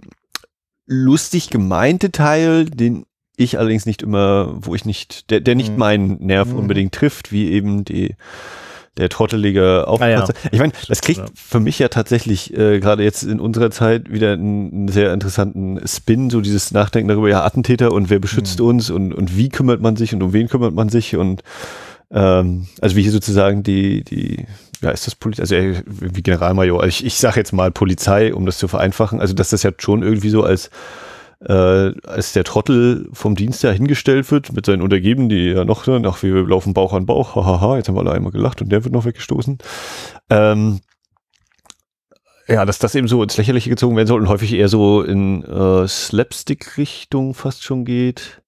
lustig gemeinte Teil, den ich allerdings nicht immer, wo ich nicht, der, der nicht Mhm. meinen Nerv Mhm. unbedingt trifft, wie eben die der trottelige Aufpasser. Ah, ja. Ich meine, das kriegt Ja. für mich ja tatsächlich äh, gerade jetzt in unserer Zeit wieder einen, einen sehr interessanten Spin, so dieses Nachdenken darüber, ja, Attentäter und wer beschützt Mhm. uns und, und wie kümmert man sich und um wen kümmert man sich und ähm, also wie hier sozusagen die, die, ja, ist das Polizei, also äh, wie Generalmajor, also ich, ich sage jetzt mal Polizei, um das zu vereinfachen, also dass das ja schon irgendwie so als Äh, als der Trottel vom Dienst ja hingestellt wird mit seinen Untergebenen, die ja noch dann, ach, wir laufen Bauch an Bauch, hahaha, jetzt haben wir alle einmal gelacht und der wird noch weggestoßen. Ähm, ja, dass das eben so ins Lächerliche gezogen werden soll und häufig eher so in äh, Slapstick-Richtung fast schon geht.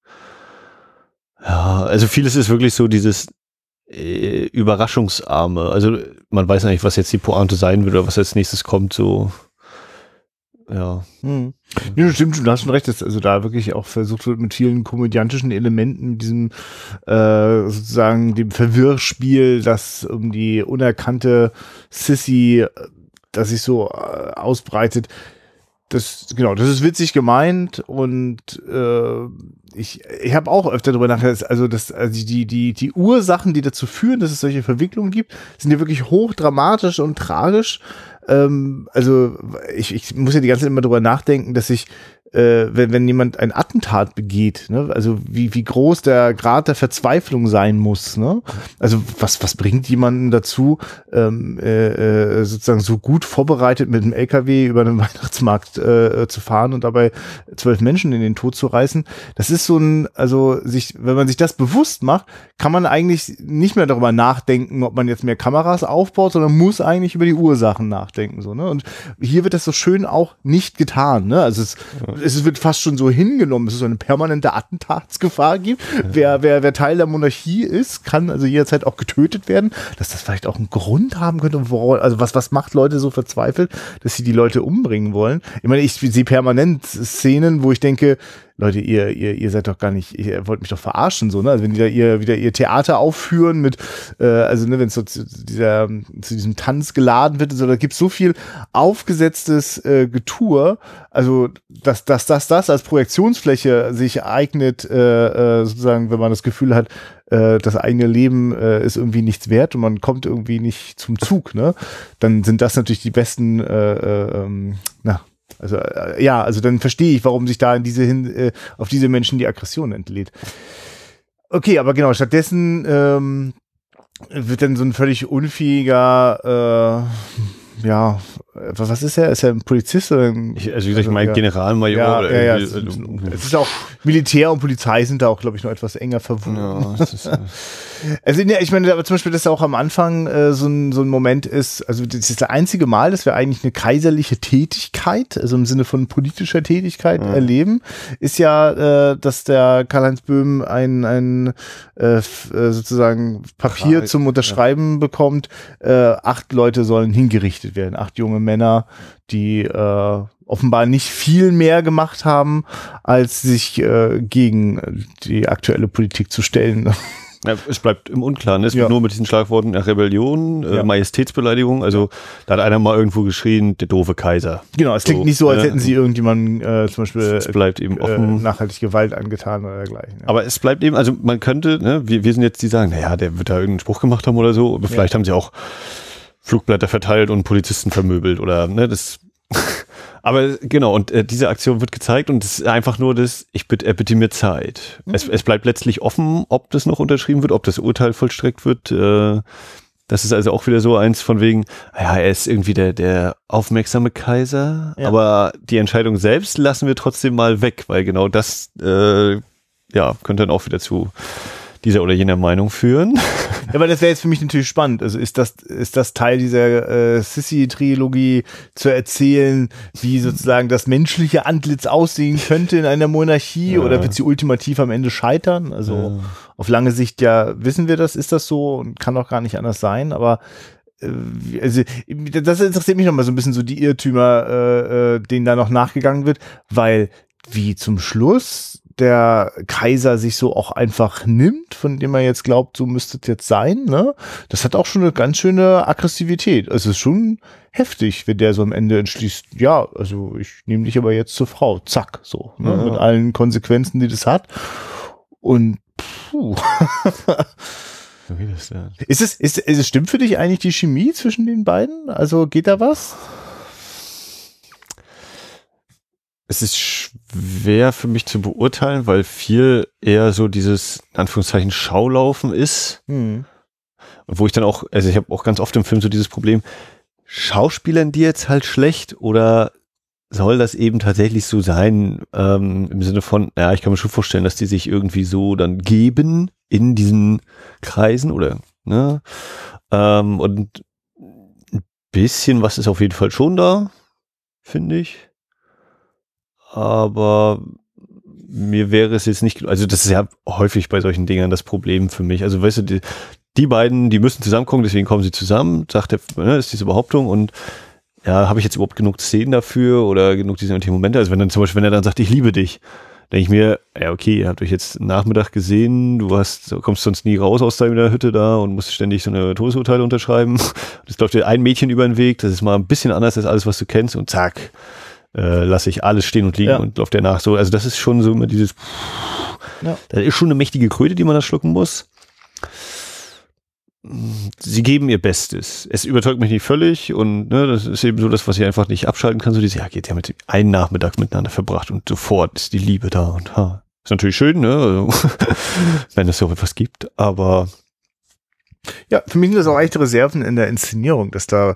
Ja, also vieles ist wirklich so dieses äh, Überraschungsarme. Also man weiß nicht, was jetzt die Pointe sein wird oder was als nächstes kommt, so ja. Hm. Ja, das stimmt schon, du hast schon recht, dass also da wirklich auch versucht wird mit vielen komödiantischen Elementen, diesem äh, sozusagen dem Verwirrspiel, das um die unerkannte Sissy, das sich so äh, ausbreitet. Das, genau, das ist witzig gemeint und äh, ich, ich habe auch öfter darüber nachgedacht, also, das, also die, die, die Ursachen, die dazu führen, dass es solche Verwicklungen gibt, sind ja wirklich hochdramatisch und tragisch. Ähm, also ich, ich muss ja die ganze Zeit immer darüber nachdenken, dass ich, äh, wenn, wenn jemand ein Attentat begeht, ne, also wie, wie groß der Grad der Verzweiflung sein muss, ne? Also was, was bringt jemanden dazu, ähm, äh, äh, sozusagen so gut vorbereitet mit einem L K W über einen Weihnachtsmarkt äh, zu fahren und dabei zwölf Menschen in den Tod zu reißen? Das ist so ein, also sich, wenn man sich das bewusst macht, kann man eigentlich nicht mehr darüber nachdenken, ob man jetzt mehr Kameras aufbaut, sondern muss eigentlich über die Ursachen nachdenken, so, ne? Und hier wird das so schön auch nicht getan, ne? Also es, es wird fast schon so hingenommen, dass es so eine permanente Attentatsgefahr gibt. Ja. Wer, wer, wer Teil der Monarchie ist, kann also jederzeit auch getötet werden. Dass das vielleicht auch einen Grund haben könnte, wo, also was, was macht Leute so verzweifelt, dass sie die Leute umbringen wollen? Ich meine, ich sehe permanent Szenen, wo ich denke, Leute, ihr, ihr, ihr seid doch gar nicht, ihr wollt mich doch verarschen, so, ne? Also wenn die da ihr, wieder ihr Theater aufführen mit, äh, also, ne, wenn es so zu dieser, zu diesem Tanz geladen wird, so, da gibt's so viel aufgesetztes äh, Getue, also, dass, dass, dass das als Projektionsfläche sich eignet, äh, äh, sozusagen, wenn man das Gefühl hat, äh, das eigene Leben äh, ist irgendwie nichts wert und man kommt irgendwie nicht zum Zug, ne? Dann sind das natürlich die besten, äh, äh, ähm, na, Also äh, ja, also dann verstehe ich, warum sich da in diese hin, äh, auf diese Menschen die Aggression entlädt. Okay, aber genau, stattdessen ähm, wird dann so ein völlig unfähiger, äh, ja, was ist er? Ist er ein Polizist oder ein, ich, also wie gesagt, ich meine ja. Generalmajor ja, oder ja, ja, irgendwie. es, ist, es ist auch Militär und Polizei sind da auch, glaube ich, noch etwas enger verwoben. Ja, das ist, also ja, ich meine, aber zum Beispiel, dass auch am Anfang äh, so, ein, so ein Moment ist, also das ist das einzige Mal, dass wir eigentlich eine kaiserliche Tätigkeit, also im Sinne von politischer Tätigkeit ja. erleben, ist ja, äh, dass der Karl-Heinz Böhm ein, ein äh, sozusagen Papier Frage. zum Unterschreiben ja. bekommt, äh, acht Leute sollen hingerichtet werden, acht junge Männer, die äh, offenbar nicht viel mehr gemacht haben, als sich äh, gegen die aktuelle Politik zu stellen. Ja, es bleibt im Unklaren. Es ja. wird nur mit diesen Schlagworten Rebellion, äh, ja. Majestätsbeleidigung. Also da hat einer mal irgendwo geschrien, der doofe Kaiser. Genau, es klingt so, nicht so, als hätten sie irgendjemandem äh, zum Beispiel es bleibt eben offen. Äh, nachhaltig Gewalt angetan oder dergleichen. Ja. Aber es bleibt eben, also man könnte, ne, wir, wir sind jetzt die sagen, naja, der wird da irgendeinen Spruch gemacht haben oder so. Aber vielleicht ja. haben sie auch Flugblätter verteilt und Polizisten vermöbelt oder, ne, das. Aber genau, und äh, diese Aktion wird gezeigt und es ist einfach nur das, ich bitte, er bitte mir Zeit. Mhm. Es, es bleibt letztlich offen, ob das noch unterschrieben wird, ob das Urteil vollstreckt wird. Äh, das ist also auch wieder so eins von wegen, ja, er ist irgendwie der, der aufmerksame Kaiser, ja. aber die Entscheidung selbst lassen wir trotzdem mal weg, weil genau das, äh, ja, könnte dann auch wieder zu dieser oder jener Meinung führen. Ja, aber das wäre jetzt für mich natürlich spannend. Also ist das, ist das Teil dieser äh, Sissi-Trilogie zu erzählen, wie sozusagen das menschliche Antlitz aussehen könnte in einer Monarchie, ja. oder wird sie ultimativ am Ende scheitern? Also ja. auf lange Sicht ja wissen wir das, ist das so und kann auch gar nicht anders sein, aber äh, also das interessiert mich nochmal so ein bisschen, so die Irrtümer, äh, denen da noch nachgegangen wird, weil wie zum Schluss der Kaiser sich so auch einfach nimmt, von dem er jetzt glaubt, so müsste es jetzt sein, ne? Das hat auch schon eine ganz schöne Aggressivität. Es ist schon heftig, wenn der so am Ende entschließt, ja, also ich nehme dich aber jetzt zur Frau, zack, so, ne? Ja. Mit allen Konsequenzen, die das hat. Und puh. Ist es, ist, ist es stimmt für dich eigentlich die Chemie zwischen den beiden? Also geht da was? Es ist schwer für mich zu beurteilen, weil viel eher so dieses, in Anführungszeichen, Schaulaufen ist. Hm. Wo ich dann auch, also ich habe auch ganz oft im Film so dieses Problem, schauspielern die jetzt halt schlecht oder soll das eben tatsächlich so sein, ähm, im Sinne von, ja, ich kann mir schon vorstellen, dass die sich irgendwie so dann geben in diesen Kreisen oder, ne, ähm, und ein bisschen was ist auf jeden Fall schon da, finde ich. Aber mir wäre es jetzt nicht, also das ist ja häufig bei solchen Dingern das Problem für mich. Also weißt du, die, die beiden, die müssen zusammenkommen, deswegen kommen sie zusammen, sagt der, ne, ist diese Behauptung und ja, habe ich jetzt überhaupt genug Szenen dafür oder genug diese Momente? Also wenn dann zum Beispiel, wenn er dann sagt, ich liebe dich, denke ich mir, ja okay, ihr habt euch jetzt Nachmittag gesehen, du hast, kommst sonst nie raus aus deiner Hütte da und musst ständig so eine Todesurteile unterschreiben. Es läuft dir ein Mädchen über den Weg, das ist mal ein bisschen anders als alles, was du kennst und zack. Äh, lasse ich alles stehen und liegen ja. und laufe danach so. Also das ist schon so immer dieses, ja. das ist schon eine mächtige Kröte, die man da schlucken muss. Sie geben ihr Bestes. Es überzeugt mich nicht völlig und ne, das ist eben so das, was ich einfach nicht abschalten kann. So dieses, ja, geht ja mit einen Nachmittag miteinander verbracht und sofort ist die Liebe da und ha. Ist natürlich schön, ne, also, wenn es so etwas gibt, aber ja, für mich sind das auch echte Reserven in der Inszenierung, dass da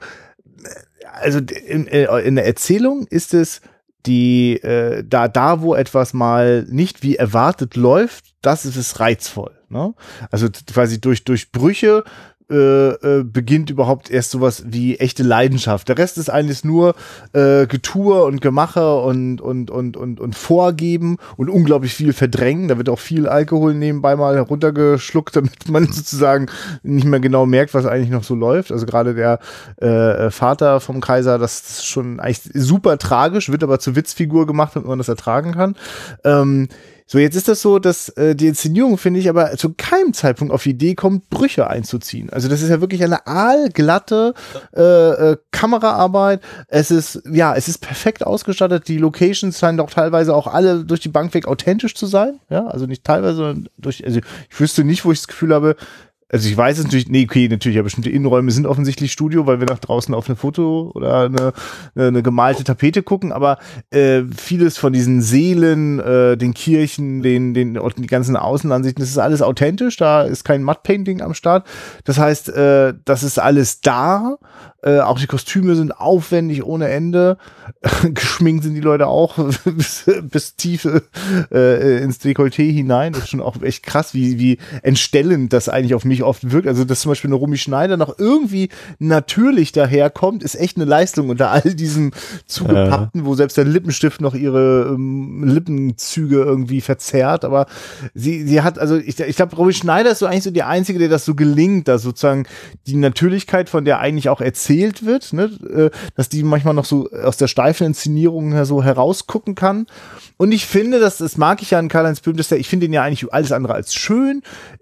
also in, in der Erzählung ist es die, äh, da, da, wo etwas mal nicht wie erwartet läuft, das ist es reizvoll, ne? Also quasi durch, durch Brüche äh, äh, beginnt überhaupt erst sowas wie echte Leidenschaft. Der Rest ist eigentlich nur äh, Getue und Gemache und, und, und, und, und Vorgeben und unglaublich viel verdrängen. Da wird auch viel Alkohol nebenbei mal heruntergeschluckt, damit man sozusagen nicht mehr genau merkt, was eigentlich noch so läuft. Also gerade der äh, Vater vom Kaiser, das ist schon eigentlich super tragisch, wird aber zur Witzfigur gemacht, damit man das ertragen kann. Ähm, So, jetzt ist das so, dass äh, die Inszenierung, finde ich, aber zu keinem Zeitpunkt auf die Idee kommt, Brüche einzuziehen. Also das ist ja wirklich eine aalglatte äh, äh, Kameraarbeit. Es ist, ja, es ist perfekt ausgestattet. Die Locations scheinen doch teilweise auch alle durch die Bank weg authentisch zu sein. Ja, also nicht teilweise, sondern durch, also ich wüsste nicht, wo ich das Gefühl habe, also ich weiß es natürlich, nee, okay, natürlich, ja, bestimmte Innenräume sind offensichtlich Studio, weil wir nach draußen auf eine Foto oder eine, eine gemalte Tapete gucken, aber äh, vieles von diesen Seelen, äh, den Kirchen, den, den, die ganzen Außenansichten, das ist alles authentisch, da ist kein Matte-Painting am Start. Das heißt, äh, das ist alles da. Äh, auch die Kostüme sind aufwendig ohne Ende. Geschminkt sind die Leute auch bis, bis tief äh, ins Dekolleté hinein. Das ist schon auch echt krass, wie, wie entstellend das eigentlich auf mich oft wirkt. Also, dass zum Beispiel eine Romy Schneider noch irgendwie natürlich daherkommt, ist echt eine Leistung unter all diesem zugepappten, äh. wo selbst der Lippenstift noch ihre ähm, Lippenzüge irgendwie verzerrt. Aber sie, sie hat, also ich, ich glaube, Romy Schneider ist so eigentlich so die Einzige, der das so gelingt, dass sozusagen die Natürlichkeit, von der eigentlich auch erzählt wird, ne, dass die manchmal noch so aus der steifen Inszenierung her so herausgucken kann. Und ich finde, das, das mag ich ja an Karl-Heinz Böhm, dass der, ich finde ihn ja eigentlich alles andere als schön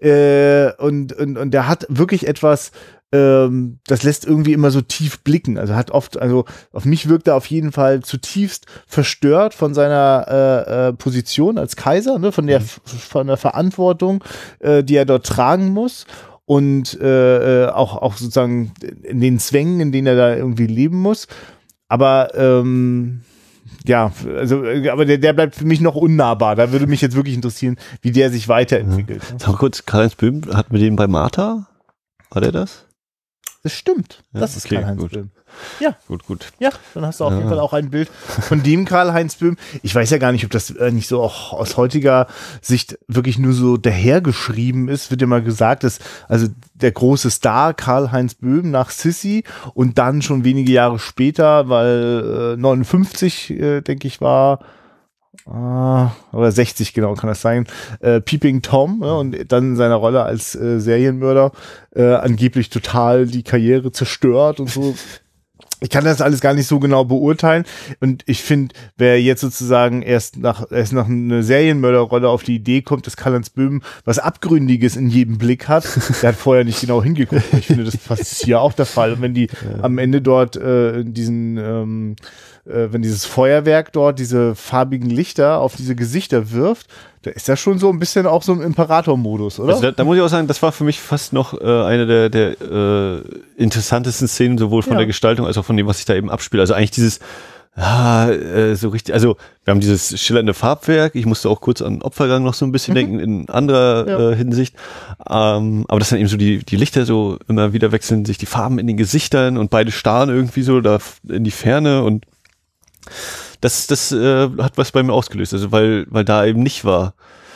äh, und, und, und der hat wirklich etwas, ähm, das lässt irgendwie immer so tief blicken. Also hat oft, also auf mich wirkt er auf jeden Fall zutiefst verstört von seiner äh, äh, Position als Kaiser, ne, von der, mhm. von der Verantwortung, äh, die er dort tragen muss. Und äh, auch, auch sozusagen in den Zwängen, in denen er da irgendwie leben muss. Aber ähm, ja, also, aber der, der bleibt für mich noch unnahbar. Da würde mich jetzt wirklich interessieren, wie der sich weiterentwickelt. Ja. Sag mal kurz, Karl-Heinz Böhm, hatten wir den bei Martha? War der das? Das stimmt. Ja, das ist okay, Karl-Heinz gut. Böhm. Ja. Gut, gut. Ja, dann hast du auf Ja. jeden Fall auch ein Bild von dem Karl-Heinz Böhm. Ich weiß ja gar nicht, ob das äh, nicht so auch aus heutiger Sicht wirklich nur so dahergeschrieben ist. Wird ja mal gesagt, dass also der große Star Karl-Heinz Böhm nach Sissi und dann schon wenige Jahre später, weil äh, neunundfünfzig, äh, denke ich, war Ah, oder sechzig genau kann das sein, äh, Peeping Tom, ja, und dann in seiner Rolle als äh, Serienmörder äh, angeblich total die Karriere zerstört und so. Ich kann das alles gar nicht so genau beurteilen und ich finde, wer jetzt sozusagen erst nach erst nach einer Serienmörderrolle auf die Idee kommt, dass Karl-Heinz Böhm was Abgründiges in jedem Blick hat, der hat vorher nicht genau hingeguckt. Ich finde, das ist hier auch der Fall. Und wenn die ja. am Ende dort äh, diesen ähm, äh, wenn dieses Feuerwerk dort diese farbigen Lichter auf diese Gesichter wirft, da ist ja schon so ein bisschen auch so im Imperator-Modus, oder? Also da, da muss ich auch sagen, das war für mich fast noch äh, eine der, der äh, interessantesten Szenen, sowohl von ja. der Gestaltung als auch von dem, was sich da eben abspielt. Also eigentlich dieses, ah, äh, so richtig, also wir haben dieses schillernde Farbwerk, ich musste auch kurz an Opfergang noch so ein bisschen mhm. denken, in anderer ja. äh, Hinsicht. Ähm, aber das dann eben so die, die Lichter so immer wieder wechseln, sich die Farben in den Gesichtern und beide starren irgendwie so da in die Ferne und Das, das äh, hat was bei mir ausgelöst, also weil, weil da eben nicht war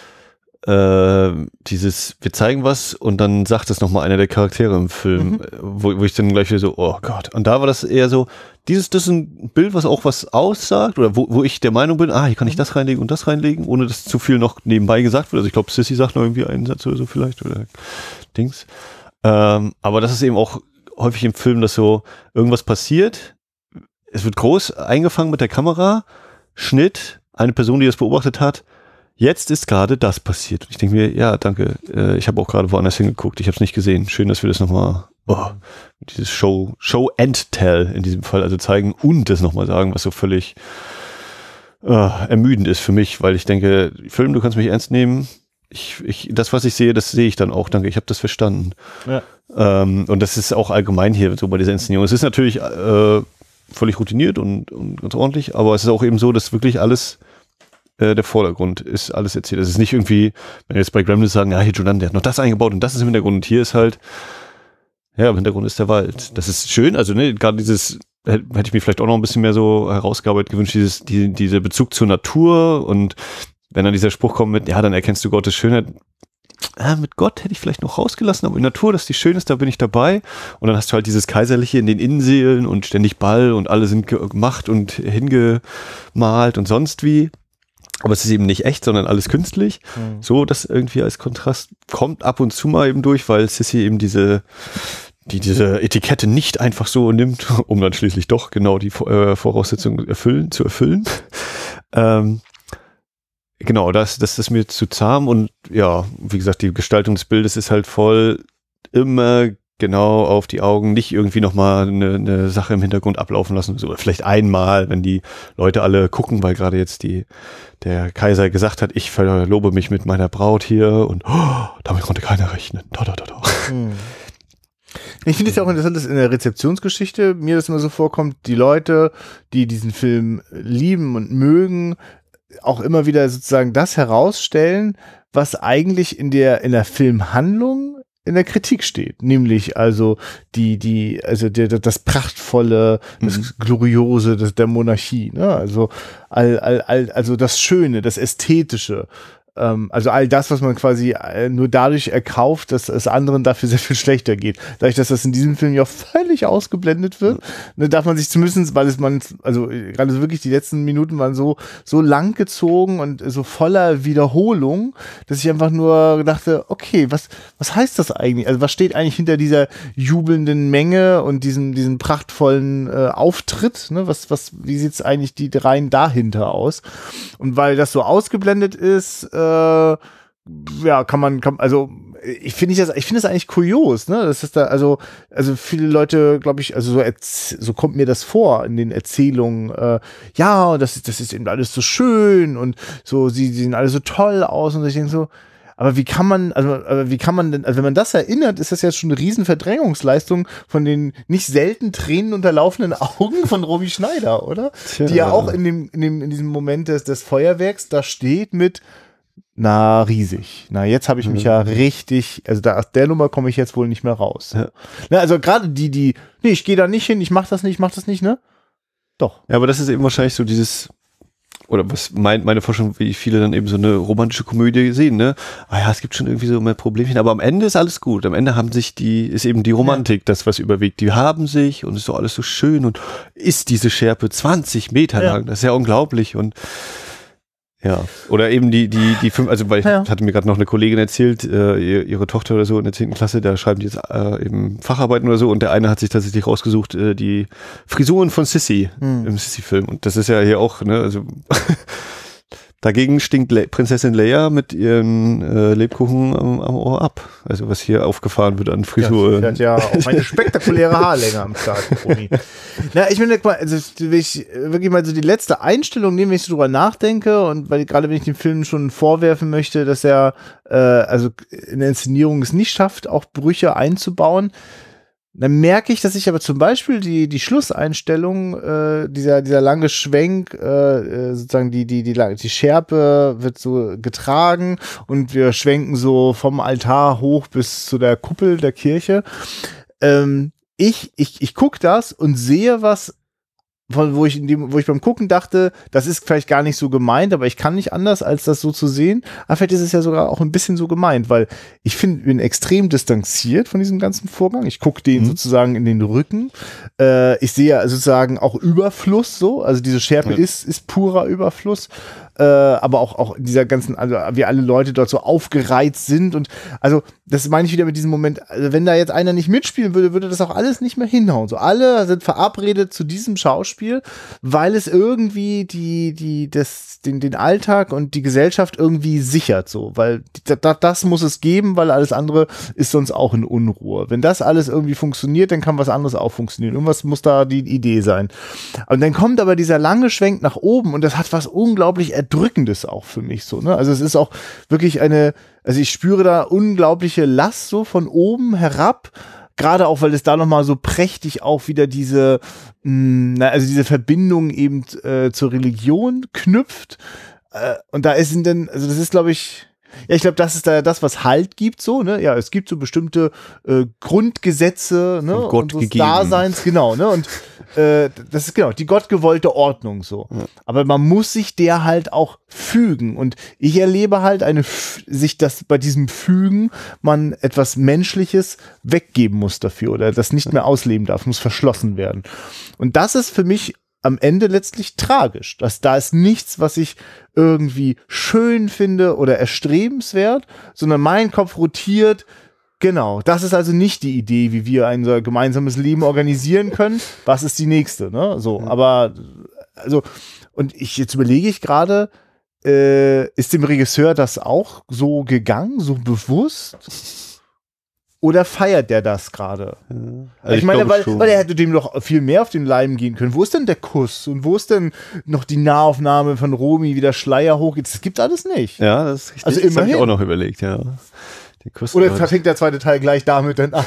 äh, dieses, wir zeigen was und dann sagt das nochmal einer der Charaktere im Film, mhm. wo, wo ich dann gleich wieder so, oh Gott. Und da war das eher so, dieses, das ist ein Bild, was auch was aussagt oder wo, wo ich der Meinung bin, ah, hier kann ich das reinlegen und das reinlegen, ohne dass zu viel noch nebenbei gesagt wird. Also ich glaube, Sissy sagt noch irgendwie einen Satz oder so vielleicht oder Dings. Ähm, aber das ist eben auch häufig im Film, dass so irgendwas passiert, es wird groß eingefangen mit der Kamera, Schnitt, eine Person, die das beobachtet hat, jetzt ist gerade das passiert. Und ich denke mir, ja, danke, äh, ich habe auch gerade woanders hingeguckt, ich habe es nicht gesehen. Schön, dass wir das nochmal, oh, dieses Show, Show and Tell in diesem Fall, also zeigen und das nochmal sagen, was so völlig äh, ermüdend ist für mich, weil ich denke, Film, du kannst mich ernst nehmen, ich, ich, das, was ich sehe, das sehe ich dann auch, danke, ich habe das verstanden. Ja. Ähm, und das ist auch allgemein hier so bei dieser Inszenierung. Es ist natürlich äh, völlig routiniert und, und ganz ordentlich, aber es ist auch eben so, dass wirklich alles äh, der Vordergrund ist, alles erzählt. Es ist nicht irgendwie, wenn wir jetzt bei Gremlins sagen, ja, hier Jordan, der hat noch das eingebaut und das ist im Hintergrund und hier ist halt, ja, im Hintergrund ist der Wald. Das ist schön, also ne, gerade dieses, hätte ich mir vielleicht auch noch ein bisschen mehr so herausgearbeitet gewünscht, dieses, die, dieser Bezug zur Natur und wenn dann dieser Spruch kommt mit, ja, dann erkennst du Gottes Schönheit, Ah, mit Gott hätte ich vielleicht noch rausgelassen, aber in Natur, dass die schön ist, da bin ich dabei. Und dann hast du halt dieses Kaiserliche in den Innenseelen und ständig Ball und alle sind gemacht und hingemalt und sonst wie. Aber es ist eben nicht echt, sondern alles künstlich. Mhm. So, das irgendwie als Kontrast kommt ab und zu mal eben durch, weil Sissy eben diese, die diese Etikette nicht einfach so nimmt, um dann schließlich doch genau die äh, Voraussetzungen erfüllen, zu erfüllen. Ähm, Genau, das, das ist mir zu zahm und ja, wie gesagt, die Gestaltung des Bildes ist halt voll immer genau auf die Augen, nicht irgendwie nochmal eine, eine Sache im Hintergrund ablaufen lassen, so vielleicht einmal, wenn die Leute alle gucken, weil gerade jetzt die der Kaiser gesagt hat, ich verlobe mich mit meiner Braut hier und oh, damit konnte keiner rechnen. Da, da, da, da. Hm. Ich finde es ja auch interessant, dass in der Rezeptionsgeschichte mir das immer so vorkommt, die Leute, die diesen Film lieben und mögen, auch immer wieder sozusagen das herausstellen, was eigentlich in der in der Filmhandlung in der Kritik steht, nämlich also die die also der, das prachtvolle, das mhm. gloriose, das der Monarchie, ne? Also all, all, all, also das Schöne, das Ästhetische. Also all das, was man quasi nur dadurch erkauft, dass es anderen dafür sehr viel schlechter geht. Dadurch, dass das in diesem Film ja völlig ausgeblendet wird, ne, darf man sich zumindest, weil es man, also gerade so wirklich die letzten Minuten waren so so lang gezogen und so voller Wiederholung, dass ich einfach nur dachte, okay, was was heißt das eigentlich? Also was steht eigentlich hinter dieser jubelnden Menge und diesem diesem prachtvollen äh, Auftritt? Ne? Was was wie sieht's eigentlich die Reihen dahinter aus? Und weil das so ausgeblendet ist, äh, ja, kann man, kann, also ich finde das, ich finde das eigentlich kurios, ne? Das ist da, also, also viele Leute, glaube ich, also so, so kommt mir das vor in den Erzählungen, äh, ja, das ist, das ist eben alles so schön und so, sie, sie sehen alle so toll aus und ich denke so, Aber wie kann man, also aber wie kann man denn, also wenn man das erinnert, ist das ja schon eine riesen Verdrängungsleistung von den nicht selten tränenunterlaufenden Augen von Romy Schneider, oder? Tja. Die ja auch in dem, in dem, in diesem Moment des, des Feuerwerks da steht mit, na, riesig. Na, jetzt habe ich mich mhm. ja richtig, also da, aus der Nummer komme ich jetzt wohl nicht mehr raus. Ja. Na, also gerade die, die, nee, ich gehe da nicht hin, ich mach das nicht, ich mach das nicht, ne? Doch. Ja, aber das ist eben wahrscheinlich so dieses, oder was mein, meine Forschung, wie viele dann eben so eine romantische Komödie sehen, ne? Ah ja, es gibt schon irgendwie so mehr Problemchen, aber am Ende ist alles gut. Am Ende haben sich die, ist eben die Romantik, ja. das, was überwiegt. Die haben sich und ist so alles so schön und ist diese Schärpe zwanzig Meter ja. lang. Das ist ja unglaublich und ja, oder eben die, die, die fünf, also weil ich ja. hatte mir gerade noch eine Kollegin erzählt, äh, ihre Tochter oder so in der zehnten Klasse, da schreiben die jetzt äh, eben Facharbeiten oder so und der eine hat sich tatsächlich rausgesucht, äh, die Frisuren von Sissy hm. im Sissy-Film und das ist ja hier auch, ne, also dagegen stinkt Le- Prinzessin Leia mit ihren äh, Lebkuchen am, am Ohr ab. Also was hier aufgefahren wird an Frisuren. Ja, sie hat ja auch eine spektakuläre Haarlänge am Start, Toni. Na, ich meine, also wenn ich wirklich mal so die letzte Einstellung nehme, wenn ich so drüber nachdenke und weil gerade wenn ich dem Film schon vorwerfen möchte, dass er äh, also in der Inszenierung es nicht schafft, auch Brüche einzubauen, dann merke ich, dass ich aber zum Beispiel die, die Schlusseinstellung, äh, dieser, dieser lange Schwenk, äh, sozusagen die, die, die, die Schärpe wird so getragen und wir schwenken so vom Altar hoch bis zu der Kuppel der Kirche. Ähm, ich, ich, ich gucke das und sehe was, von wo ich in dem, wo ich beim Gucken dachte, das ist vielleicht gar nicht so gemeint, aber ich kann nicht anders, als das so zu sehen. Aber vielleicht ist es ja sogar auch ein bisschen so gemeint, weil ich finde, bin extrem distanziert von diesem ganzen Vorgang. Ich gucke den mhm. sozusagen in den Rücken. Äh, ich sehe sozusagen auch Überfluss so, also diese Schärpe ja. ist, ist purer Überfluss. Äh, aber auch, auch dieser ganzen, also wie alle Leute dort so aufgereizt sind und also das meine ich wieder mit diesem Moment, also wenn da jetzt einer nicht mitspielen würde, würde das auch alles nicht mehr hinhauen. So alle sind verabredet zu diesem Schauspiel, weil es irgendwie die, die, das, den, den Alltag und die Gesellschaft irgendwie sichert so, weil das, das muss es geben, weil alles andere ist sonst auch in Unruhe. Wenn das alles irgendwie funktioniert, dann kann was anderes auch funktionieren. Irgendwas muss da die Idee sein. Und dann kommt aber dieser lange Schwenk nach oben und das hat was unglaublich Erdrückendes auch für mich so, ne? Also es ist auch wirklich eine, also ich spüre da unglaubliche Last so von oben herab, gerade auch, weil es da nochmal so prächtig auch wieder diese, mh, also diese Verbindung eben äh, zur Religion knüpft. Äh, und da ist dann, also das ist, glaube ich, ja, ich glaube, das ist da das, was Halt gibt, so, ne? Ja, es gibt so bestimmte äh, Grundgesetze, ne? Von Gott und so gegeben. Daseins, genau, ne? Und äh, das ist genau die gottgewollte Ordnung, so. Ja. Aber man muss sich der halt auch fügen. Und ich erlebe halt eine, sich das bei diesem Fügen man etwas Menschliches weggeben muss dafür oder das nicht mehr ausleben darf, muss verschlossen werden. Und das ist für mich am Ende letztlich tragisch. Dass da ist nichts, was ich irgendwie schön finde oder erstrebenswert, sondern mein Kopf rotiert. Genau, das ist also nicht die Idee, wie wir ein so gemeinsames Leben organisieren können. Was ist die nächste, ne? So, aber also und ich jetzt überlege ich gerade, äh, ist dem Regisseur das auch so gegangen, so bewusst? Oder feiert der das gerade? Ja, also ich, ich meine, weil, weil er hätte dem doch viel mehr auf den Leim gehen können. Wo ist denn der Kuss? Und wo ist denn noch die Nahaufnahme von Romy, wie der Schleier hochgeht? Das gibt alles nicht. Ja, das ist richtig. Also das habe ich auch noch überlegt, ja. Den Kuss oder fängt der zweite Teil gleich damit dann an?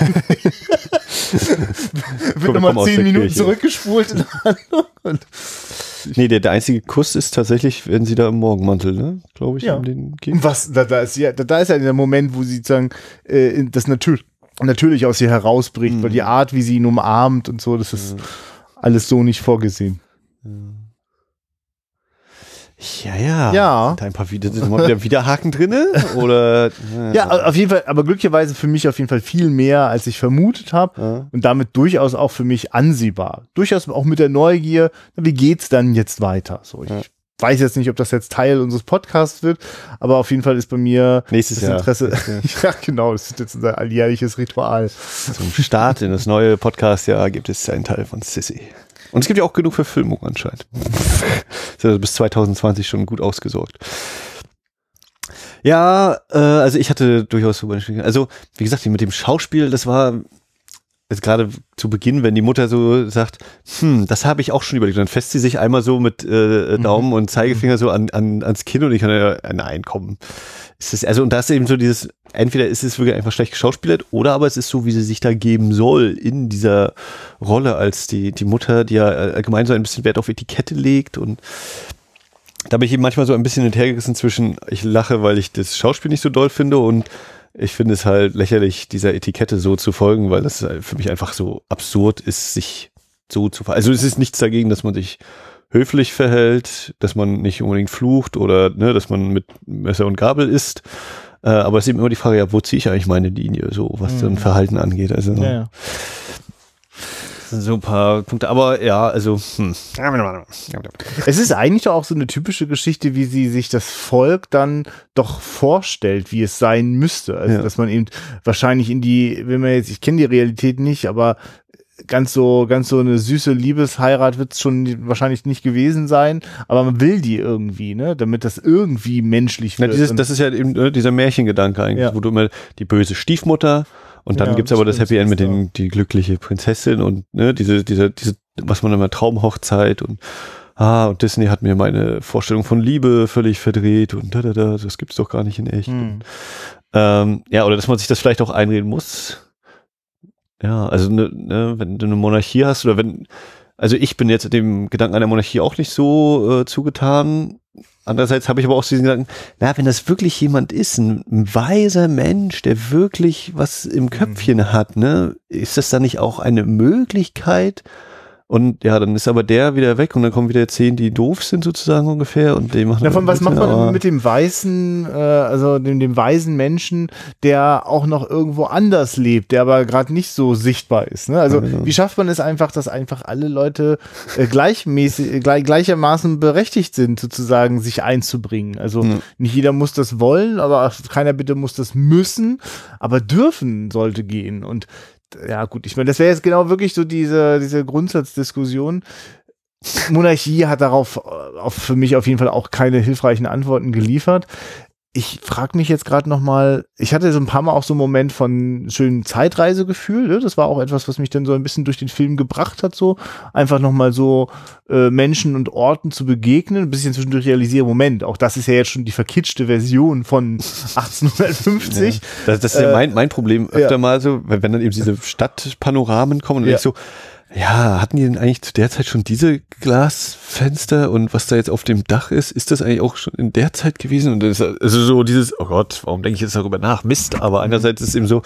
Wird nochmal zehn Minuten Kirche. Zurückgespult in der Handlung. Und nee, der, der einzige Kuss ist tatsächlich, wenn sie da im Morgenmantel, ne? Glaube ich, ja. um den geht. Was, da, da ist ja, da, da ist ja der Moment, wo sie sozusagen äh, das natürlich, natürlich aus ihr herausbricht, mhm. weil die Art, wie sie ihn umarmt und so, das ist ja. alles so nicht vorgesehen. Ja. Ja, ja. Ja. Da ein paar wieder, wieder Widerhaken drinne? Oder? Ja. ja, auf jeden Fall, aber glücklicherweise für mich auf jeden Fall viel mehr, als ich vermutet habe. Ja. Und damit durchaus auch für mich ansehbar. Durchaus auch mit der Neugier, wie geht's dann jetzt weiter? So, ich ja. weiß jetzt nicht, ob das jetzt Teil unseres Podcasts wird, aber auf jeden Fall ist bei mir nächstes das Jahr. Interesse. Ja, genau, das ist jetzt unser alljährliches Ritual. Zum Start in das neue Podcast-Jahr gibt es einen Teil von Sissy. Und es gibt ja auch genug Verfilmung anscheinend. Also bis zwanzig zwanzig schon gut ausgesorgt. Ja, äh, also ich hatte durchaus so, also wie gesagt, mit dem Schauspiel, das war jetzt gerade zu Beginn, wenn die Mutter so sagt, hm, das habe ich auch schon überlegt. Dann fässt sie sich einmal so mit äh, Daumen mhm. und Zeigefinger so an, an, ans Kinn und ich kann ja, nein, komm. ist es, also und da ist eben so dieses, entweder ist es wirklich einfach schlecht geschauspielert oder aber es ist so, wie sie sich da geben soll in dieser Rolle als die, die Mutter, die ja allgemein so ein bisschen Wert auf Etikette legt und da bin ich eben manchmal so ein bisschen hinterhergerissen zwischen, ich lache, weil ich das Schauspiel nicht so doll finde und ich finde es halt lächerlich, dieser Etikette so zu folgen, weil das für mich einfach so absurd ist, sich so zu verhalten. Also es ist nichts dagegen, dass man sich höflich verhält, dass man nicht unbedingt flucht oder ne, dass man mit Messer und Gabel isst. Äh, aber es ist eben immer die Frage, ja, wo ziehe ich eigentlich meine Linie, so was mhm. dann Verhalten angeht. Also ja, ja. so ein paar Punkte, aber ja, also hm. Es ist eigentlich doch auch so eine typische Geschichte, wie sie sich das Volk dann doch vorstellt, wie es sein müsste. Also, ja. dass man eben wahrscheinlich in die, wenn man jetzt, ich kenne die Realität nicht, aber ganz so, ganz so eine süße Liebesheirat wird es schon wahrscheinlich nicht gewesen sein, aber man will die irgendwie, ne, damit das irgendwie menschlich wird. Ja, dieses, das ist ja eben ne, dieser Märchengedanke eigentlich, ja. wo du immer die böse Stiefmutter und dann ja, gibt's aber das Happy End mit den, die glückliche Prinzessin und ne, diese, diese, diese, was man immer Traumhochzeit und ah, und Disney hat mir meine Vorstellung von Liebe völlig verdreht und da, da, da, das gibt's doch gar nicht in echt. Hm. Und, ähm, ja, oder dass man sich das vielleicht auch einreden muss. Ja, also ne, ne, wenn du eine Monarchie hast oder wenn, also ich bin jetzt dem Gedanken einer Monarchie auch nicht so äh, zugetan. Andererseits habe ich aber auch diesen Gedanken, na, wenn das wirklich jemand ist, ein, ein weiser Mensch, der wirklich was im Köpfchen mhm. hat, ne, ist das dann nicht auch eine Möglichkeit? Und ja, dann ist aber der wieder weg und dann kommen wieder zehn, die doof sind sozusagen ungefähr und die machen. Davon, was macht man aber mit dem weißen, äh, also dem, dem weisen Menschen, der auch noch irgendwo anders lebt, der aber gerade nicht so sichtbar ist. Ne? Also ja, ja. wie schafft man es einfach, dass einfach alle Leute äh, gleichmäßig, gleich, gleichermaßen berechtigt sind, sozusagen sich einzubringen. Also ja. nicht jeder muss das wollen, aber keiner bitte muss das müssen, aber dürfen sollte gehen. Und ja gut, ich meine, das wäre jetzt genau wirklich so diese, diese Grundsatzdiskussion. Monarchie hat darauf auf, für mich auf jeden Fall auch keine hilfreichen Antworten geliefert. Ich frage mich jetzt gerade noch mal, ich hatte so ein paar Mal auch so einen Moment von schönem Zeitreisegefühl, ne? Das war auch etwas, was mich dann so ein bisschen durch den Film gebracht hat, so einfach noch mal so äh, Menschen und Orten zu begegnen, ein bisschen zwischendurch realisieren, Moment, auch das ist ja jetzt schon die verkitschte Version von achtzehnhundertfünfzig. Ja. Das, das ist ja mein, mein Problem öfter ja. mal so, wenn dann eben diese Stadtpanoramen kommen und ja. ich so, ja, hatten die denn eigentlich zu der Zeit schon diese Glasfenster und was da jetzt auf dem Dach ist, ist das eigentlich auch schon in der Zeit gewesen? Und das ist also so dieses, oh Gott, warum denke ich jetzt darüber nach? Mist, aber einerseits ist es eben so,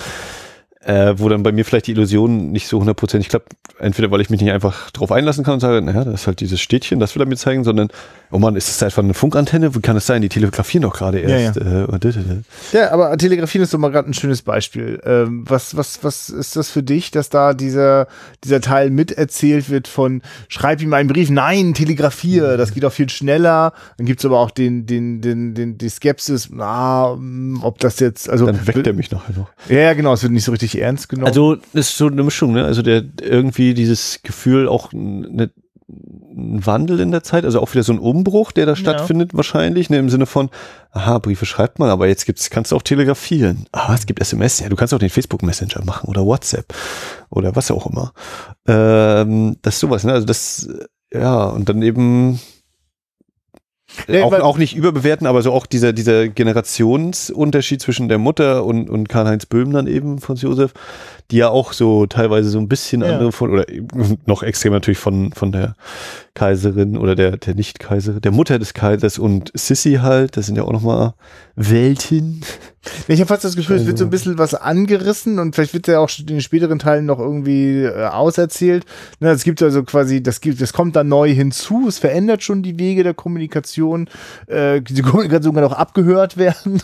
äh, wo dann bei mir vielleicht die Illusion nicht so hundertprozentig klappt, entweder weil ich mich nicht einfach drauf einlassen kann und sage, naja, das ist halt dieses Städtchen, das will er mir zeigen, sondern, oh Mann, ist das einfach eine Funkantenne? Wie kann das sein? Die telegrafieren doch gerade erst. Ja, ja. Äh, ja, aber telegrafieren ist doch mal gerade ein schönes Beispiel. Ähm, was, was, was ist das für dich, dass da dieser, dieser Teil miterzählt wird von, schreib ihm einen Brief, nein, telegrafier, das geht auch viel schneller. Dann gibt's aber auch den, den, den, den, die Skepsis, na, ob das jetzt, also. Dann weckt er mich nachher noch. Ja, genau, es wird nicht so richtig ernst genommen. Also, das ist so eine Mischung, ne? Also, der irgendwie dieses Gefühl auch eine, ein Wandel in der Zeit, also auch wieder so ein Umbruch, der da ja. stattfindet wahrscheinlich, ne, im Sinne von, aha, Briefe schreibt man, aber jetzt gibt's, kannst du auch telegrafieren. Ah, es gibt S M S, ja, du kannst auch den Facebook Messenger machen oder WhatsApp oder was auch immer. Ähm, das ist sowas, ne, also das, ja, und dann eben ja, auch, auch nicht überbewerten, aber so auch dieser, dieser Generationsunterschied zwischen der Mutter und, und Karl-Heinz Böhm dann eben, Franz Josef, die ja auch so teilweise so ein bisschen ja. andere von, oder noch extrem natürlich von, von der Kaiserin oder der, der Nicht-Kaiserin, der Mutter des Kaisers und Sissi halt, das sind ja auch nochmal Welten. Ich habe fast das Gefühl, also, es wird so ein bisschen was angerissen und vielleicht wird ja auch in den späteren Teilen noch irgendwie äh, auserzählt. Ne, es gibt also quasi, das gibt, das kommt dann neu hinzu, es verändert schon die Wege der Kommunikation. Äh, die Kommunikation kann auch abgehört werden.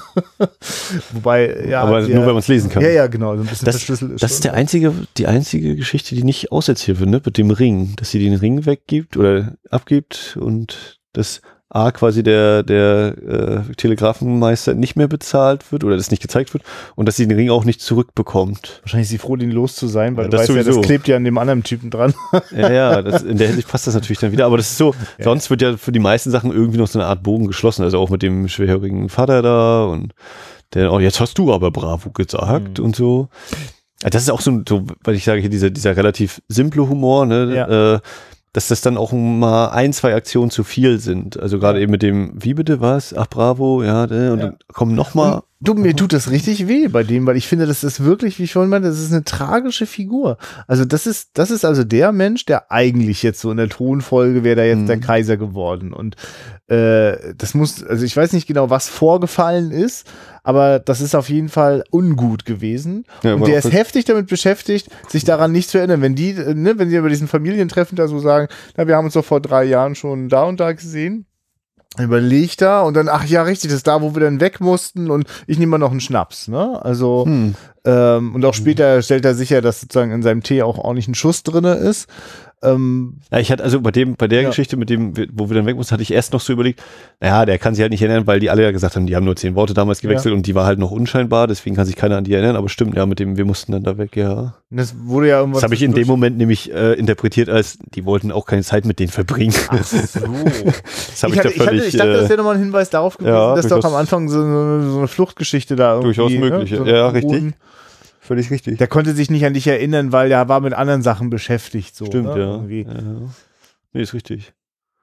Wobei, ja. Aber ja, nur, wenn man es lesen kann. Ja, ja, genau. So ein bisschen das, verschlüsselt ist. Das ist der einzige, die einzige Geschichte, die nicht auserzählt wird, ne, mit dem Ring. Dass sie den Ring weggibt oder abgibt und das A quasi der, der äh, Telegrafenmeister nicht mehr bezahlt wird oder das nicht gezeigt wird und dass sie den Ring auch nicht zurückbekommt. Wahrscheinlich ist sie froh, den los zu sein, weil ja, du weißt sowieso. ja, das klebt ja an dem anderen Typen dran. Ja, ja, das, in der Hinsicht passt das natürlich dann wieder, aber das ist so, ja. Sonst wird ja für die meisten Sachen irgendwie noch so eine Art Bogen geschlossen, also auch mit dem schwerhörigen Vater da und der, oh, jetzt hast du aber Bravo gesagt mhm. und so. Das ist auch so, so, weil ich sage hier, dieser, dieser relativ simple Humor, ne, ja. äh, dass das dann auch mal ein, zwei Aktionen zu viel sind. Also gerade eben mit dem, wie bitte, was? Ach, bravo, ja, und ja. dann kommen nochmal. Du, mir tut das richtig weh bei dem, weil ich finde, das ist wirklich, wie ich vorhin meinte, das ist eine tragische Figur. Also das ist, das ist also der Mensch, der eigentlich jetzt so in der Thronfolge wäre da jetzt mhm. der Kaiser geworden. Und äh, das muss, also ich weiß nicht genau, was vorgefallen ist, aber das ist auf jeden Fall ungut gewesen. Ja, und der ist heftig damit beschäftigt, sich daran nicht zu erinnern. Wenn die, ne, wenn die über diesen Familientreffen da so sagen, na, wir haben uns doch vor drei Jahren schon da und da gesehen, überlegt da und dann, ach ja, richtig, das ist da, wo wir dann weg mussten und ich nehme mal noch einen Schnaps, ne? Also, hm. ähm, und auch später stellt er sicher, dass sozusagen in seinem Tee auch ordentlich ein Schuss drinne ist. Ähm, ja, ich hatte also bei dem, bei der ja. Geschichte, mit dem, wo wir dann weg mussten, hatte ich erst noch so überlegt, naja, der kann sich halt nicht erinnern, weil die alle ja gesagt haben, die haben nur zehn Worte damals gewechselt ja. und die war halt noch unscheinbar, deswegen kann sich keiner an die erinnern, aber stimmt, ja, mit dem, wir mussten dann da weg, ja. Das wurde ja irgendwas. Das habe ich in dem Moment nämlich äh, interpretiert als, die wollten auch keine Zeit mit denen verbringen. Ach so. Das habe ich, ich, da ich, völlig, hatte, ich dachte, das wäre nochmal ein Hinweis darauf gewesen, ja, dass doch am Anfang so eine, so eine Fluchtgeschichte da irgendwie. Durchaus möglich, ne? so ja, richtig. Völlig richtig. Der konnte sich nicht an dich erinnern, weil der war mit anderen Sachen beschäftigt. So, Stimmt, ne? ja. Irgendwie. ja. Nee, ist richtig.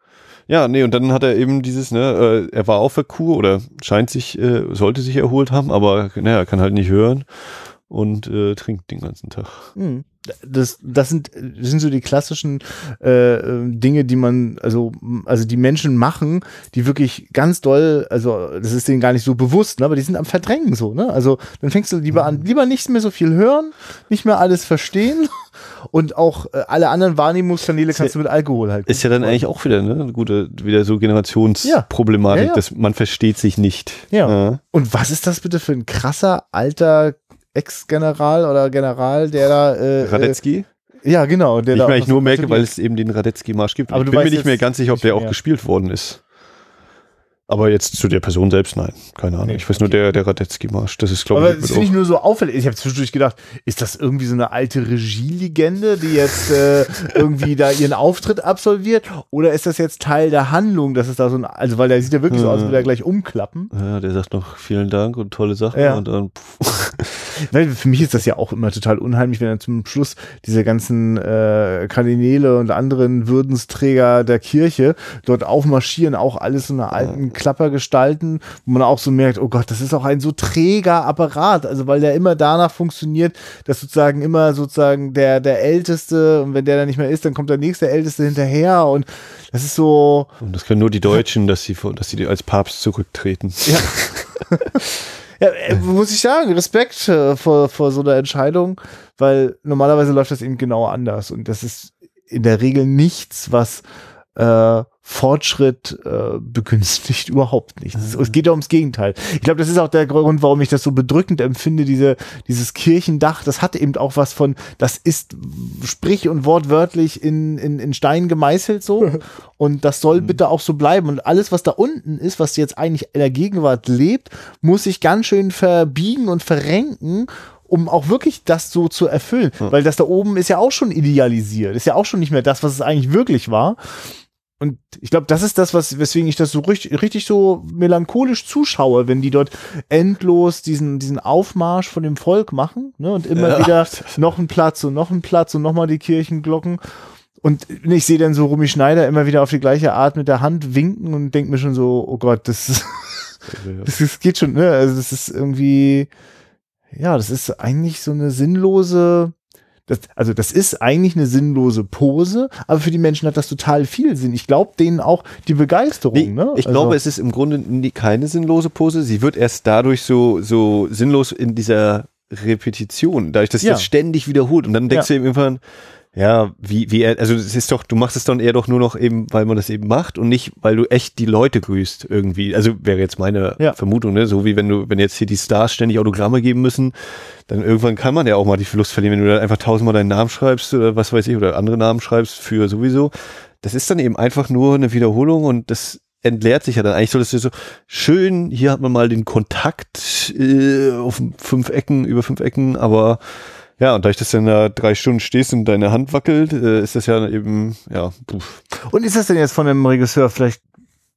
Ja, nee, und dann hat er eben dieses, ne, äh, er war auf der Kur oder scheint sich, äh, sollte sich erholt haben, aber naja, kann halt nicht hören und äh, trinkt den ganzen Tag. Mhm. Das, das, sind, das sind so die klassischen äh, Dinge, die man, also, also die Menschen machen, die wirklich ganz doll, also das ist denen gar nicht so bewusst, ne, aber die sind am Verdrängen so, ne? Also dann fängst du lieber an, lieber nicht mehr so viel hören, nicht mehr alles verstehen und auch äh, alle anderen Wahrnehmungskanäle kannst du mit Alkohol halt. Ist ja dann eigentlich auch wieder, ne, eine gute, wieder so Generationsproblematik, ja. ja, ja. dass man versteht sich nicht. Ja. ja. Und was ist das bitte für ein krasser, alter Ex-General oder General, der da äh, Radetzky? Äh, ja, genau. Der ich da mir eigentlich nur merke, weil es eben den Radetzky-Marsch gibt. Aber ich bin mir nicht mehr ganz sicher, ob der auch gespielt worden ist. Aber jetzt zu der Person selbst, nein. Keine Ahnung. Nee, ich weiß okay. nur, der, der Radetzky-Marsch. Das ist, glaube ich, aber das finde ich nur so auffällig. Ich habe zwischendurch gedacht, ist das irgendwie so eine alte Regielegende, die jetzt äh, irgendwie da ihren Auftritt absolviert? Oder ist das jetzt Teil der Handlung, dass es da so ein, also weil der sieht ja wirklich so aus, als würde er gleich umklappen. Ja, der sagt noch vielen Dank und tolle Sachen ja. und dann Weil für mich ist das ja auch immer total unheimlich, wenn dann zum Schluss diese ganzen äh, Kardinäle und anderen Würdensträger der Kirche dort aufmarschieren, auch alles so eine alten Klappergestalten, wo man auch so merkt, oh Gott, das ist auch ein so träger Apparat, also weil der immer danach funktioniert, dass sozusagen immer sozusagen der, der Älteste, und wenn der dann nicht mehr ist, dann kommt der nächste Älteste hinterher und das ist so. Und das können nur die Deutschen, dass sie, dass sie als Papst zurücktreten. Ja. Ja, muss ich sagen, Respekt äh, vor, vor so einer Entscheidung, weil normalerweise läuft das eben genau anders und das ist in der Regel nichts, was äh, Fortschritt äh, begünstigt, überhaupt nicht. Es, es geht ja ums Gegenteil. Ich glaube, das ist auch der Grund, warum ich das so bedrückend empfinde, diese, dieses Kirchendach, das hat eben auch was von, das ist sprich- und wortwörtlich in, in, in Stein gemeißelt so und das soll bitte auch so bleiben und alles, was da unten ist, was jetzt eigentlich in der Gegenwart lebt, muss sich ganz schön verbiegen und verrenken, um auch wirklich das so zu erfüllen, ja. Weil das da oben ist ja auch schon idealisiert, ist ja auch schon nicht mehr das, was es eigentlich wirklich war. Und ich glaube, das ist das, was, weswegen ich das so richtig, richtig so melancholisch zuschaue, wenn die dort endlos diesen, diesen Aufmarsch von dem Volk machen, ne, und immer ja. wieder noch einen Platz und noch einen Platz und nochmal die Kirchenglocken. Und ich sehe dann so Romy Schneider immer wieder auf die gleiche Art mit der Hand winken und denke mir schon so, oh Gott, das ist, das, ist, geht schon, ne, also das ist irgendwie, ja, das ist eigentlich so eine sinnlose, Das, also das ist eigentlich eine sinnlose Pose, aber für die Menschen hat das total viel Sinn. Ich glaube denen auch die Begeisterung. Nee, ne? Ich also, glaube, es ist im Grunde nie, keine sinnlose Pose. Sie wird erst dadurch so, so sinnlos in dieser Repetition, dadurch, dass ja. das ständig wiederholt. Und dann denkst ja. du eben irgendwann, ja, wie, wie er, also es ist doch, du machst es dann eher doch nur noch eben, weil man das eben macht und nicht, weil du echt die Leute grüßt irgendwie. Also wäre jetzt meine ja. Vermutung, ne? So wie wenn du, wenn jetzt hier die Stars ständig Autogramme geben müssen, dann irgendwann kann man ja auch mal die Lust verlieren, wenn du dann einfach tausendmal deinen Namen schreibst oder was weiß ich, oder andere Namen schreibst für sowieso. Das ist dann eben einfach nur eine Wiederholung und das entleert sich ja dann. Eigentlich solltest du so, schön, hier hat man mal den Kontakt äh, auf fünf Ecken, über fünf Ecken, aber ja, und dadurch, dass du dann da drei Stunden stehst und deine Hand wackelt, äh, ist das ja eben, ja. Puh. Und ist das denn jetzt von dem Regisseur vielleicht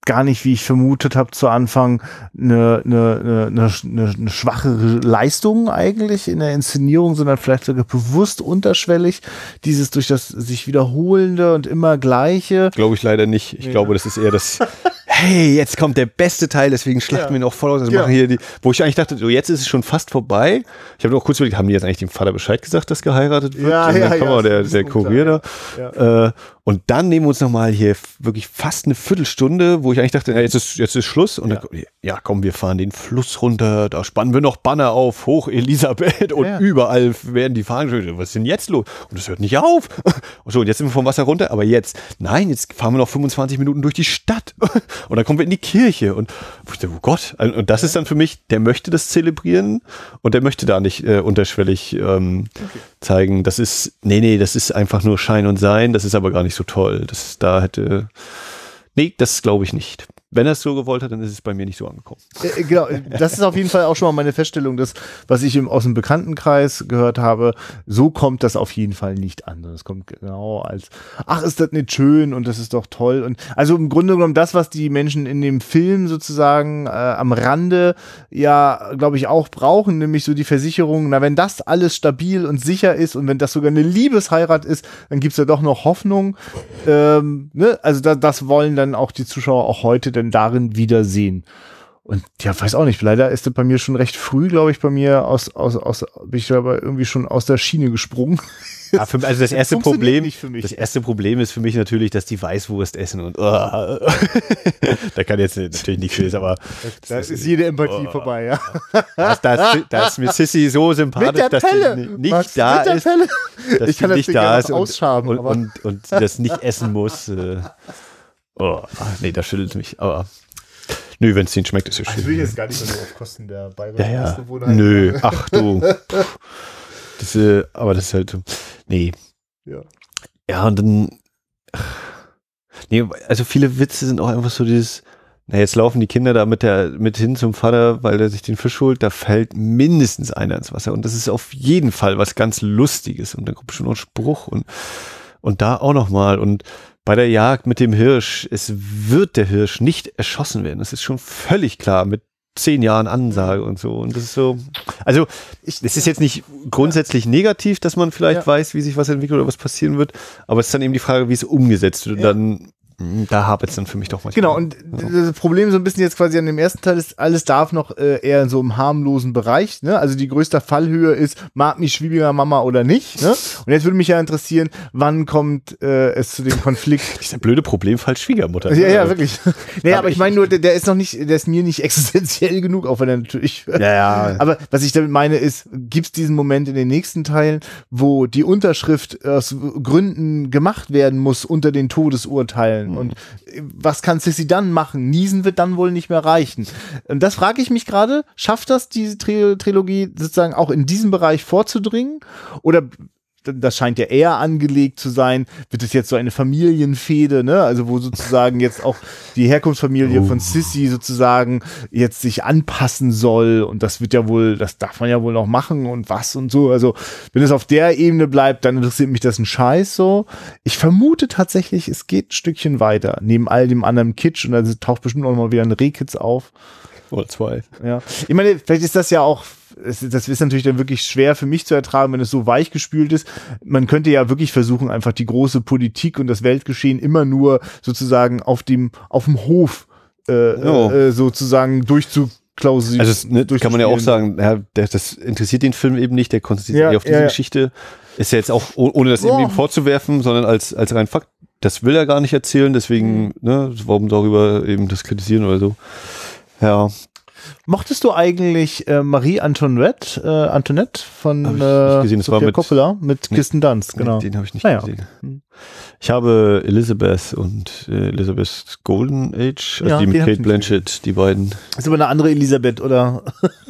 gar nicht, wie ich vermutet habe zu Anfang, eine, eine, eine, eine, eine schwache Leistung eigentlich in der Inszenierung, sondern vielleicht sogar bewusst unterschwellig, dieses durch das sich wiederholende und immer gleiche. Glaube ich leider nicht. Ich ja. glaube, das ist eher das, hey, jetzt kommt der beste Teil, deswegen schlachten ja. wir noch voll aus. Also ja. machen hier die, wo ich eigentlich dachte, so jetzt ist es schon fast vorbei. Ich habe noch kurz überlegt, haben die jetzt eigentlich dem Vater Bescheid gesagt, dass geheiratet wird? Ja, und ja, dann ja. Mal, der, der Kurier da. Ja. Äh, und dann nehmen wir uns nochmal hier wirklich fast eine Viertelstunde, wo ich eigentlich dachte, ja, jetzt ist, jetzt ist Schluss. Und ja. dann, ja, komm, wir fahren den Fluss runter, da spannen wir noch Banner auf, hoch Elisabeth und ja. überall werden die Fahnen. Was ist denn jetzt los? Und das hört nicht auf. Und so, und jetzt sind wir vom Wasser runter, aber jetzt, nein, jetzt fahren wir noch fünfundzwanzig Minuten durch die Stadt. Und dann kommen wir in die Kirche. Und ich dachte, oh Gott. Und das ja. ist dann für mich, der möchte das zelebrieren und der möchte da nicht äh, unterschwellig ähm, okay. zeigen. Das ist, nee, nee, das ist einfach nur Schein und Sein. Das ist aber gar nicht so toll. Das da hätte, nee, das glaube ich nicht. Wenn er es so gewollt hat, dann ist es bei mir nicht so angekommen. Äh, genau, das ist auf jeden Fall auch schon mal meine Feststellung, dass, was ich im, aus dem Bekanntenkreis gehört habe, so kommt das auf jeden Fall nicht an. Das kommt genau als, ach, ist das nicht schön und das ist doch toll. Und also im Grunde genommen das, was die Menschen in dem Film sozusagen äh, am Rande ja, glaube ich, auch brauchen, nämlich so die Versicherung, na, wenn das alles stabil und sicher ist und wenn das sogar eine Liebesheirat ist, dann gibt's ja doch noch Hoffnung. Ähm, ne? Also da, das wollen dann auch die Zuschauer auch heute denn darin wiedersehen. Und ja, weiß auch nicht, leider ist das bei mir schon recht früh, glaube ich, bei mir aus, aus, aus, bin ich aber irgendwie schon aus der Schiene gesprungen. Ja, für, also das erste Problem, das erste Problem ist für mich natürlich, dass die Weißwurst essen und oh, da kann jetzt natürlich nicht viel, aber da ist, ist jede Empathie oh, vorbei, ja. Das, das, das ist mit Sissy so sympathisch, dass Pelle, die nicht Max, da ist, dass ich kann die nicht da ist und, ausschaben, und, und, und das nicht essen muss. Äh, oh, nee, das schüttelt mich, aber nö, wenn es denen schmeckt, ist es schön. Ich will jetzt gar nicht mehr auf Kosten der bayerischen ja, ja. Wohnheim. Nö, ach du. Das, äh, aber das ist halt so, nee. Ja. Ja, und dann, nee, also viele Witze sind auch einfach so dieses, na, jetzt laufen die Kinder da mit der, mit hin zum Vater, weil er sich den Fisch holt, da fällt mindestens einer ins Wasser und das ist auf jeden Fall was ganz Lustiges und dann kommt schon noch ein Spruch und, und da auch nochmal und bei der Jagd mit dem Hirsch, es wird der Hirsch nicht erschossen werden. Das ist schon völlig klar mit zehn Jahren Ansage und so. Und das ist so, also es ist jetzt nicht grundsätzlich negativ, dass man vielleicht ja. weiß, wie sich was entwickelt oder was passieren wird, aber es ist dann eben die Frage, wie es umgesetzt wird. Und ja. dann da hapert es dann für mich doch manchmal. Genau, und ja. das Problem so ein bisschen jetzt quasi an dem ersten Teil ist, alles darf noch äh, eher in so einem harmlosen Bereich, ne? Also die größte Fallhöhe ist, mag mich Schwieger Mama oder nicht, ne? Und jetzt würde mich ja interessieren, wann kommt äh, es zu dem Konflikt? Dieser blöde Problemfall Schwiegermutter. Ja, ja, wirklich. Naja, aber ich meine nur, der, der ist noch nicht, der ist mir nicht existenziell genug, auch wenn er natürlich. Ja, ja. Aber was ich damit meine ist, gibt es diesen Moment in den nächsten Teilen, wo die Unterschrift aus Gründen gemacht werden muss unter den Todesurteilen. Und was kann Sissy dann machen? Niesen wird dann wohl nicht mehr reichen. Und das frage ich mich gerade, schafft das diese Tri- Trilogie sozusagen auch in diesem Bereich vorzudringen? Oder das scheint ja eher angelegt zu sein, wird es jetzt so eine Familienfehde, ne? Also wo sozusagen jetzt auch die Herkunftsfamilie oh. von Sissy sozusagen jetzt sich anpassen soll und das wird ja wohl, das darf man ja wohl noch machen und was und so. Also wenn es auf der Ebene bleibt, dann interessiert mich das ein Scheiß so. Ich vermute tatsächlich, es geht ein Stückchen weiter, neben all dem anderen Kitsch und dann taucht bestimmt auch mal wieder ein Rehkitz auf. Oder zwei. Ja. Ich meine, vielleicht ist das ja auch, das ist natürlich dann wirklich schwer für mich zu ertragen, wenn es so weich gespült ist. Man könnte ja wirklich versuchen, einfach die große Politik und das Weltgeschehen immer nur sozusagen auf dem, auf dem Hof äh, oh. äh, sozusagen durchzuklausieren. Also ne, kann man ja auch sagen, ja, der, das interessiert den Film eben nicht, der konzentriert sich ja, auf diese ja, Geschichte. Ist ja jetzt auch, ohne das oh. eben vorzuwerfen, sondern als, als rein Fakt, das will er gar nicht erzählen, deswegen, ne, warum darüber eben das kritisieren oder so. Ja. Mochtest du eigentlich äh, Marie Antoinette, äh, Antoinette von hab ich nicht gesehen. Das Sofia war mit Coppola mit nee, Kirsten Dunst, genau. Nee, den habe ich nicht naja. gesehen. Ich habe Elizabeth und äh, Elizabeth Golden Age, also ja, die mit Kate Blanchett, gesehen. Die beiden. Ist aber eine andere Elisabeth, oder?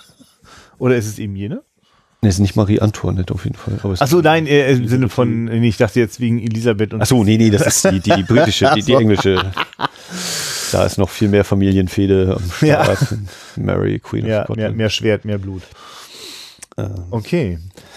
Oder ist es eben jene? Nee, es ist nicht Marie Antoinette auf jeden Fall. Achso, nein, äh, im Sinne von, nee, ich dachte jetzt wegen Elisabeth. Und Achso, nee, nee, das ist die, die britische, die, die englische. Da ist noch viel mehr Familienfehde am Start. Ja. Mary, Queen ja, of Scotland. Mehr, mehr Schwert, mehr Blut. Okay.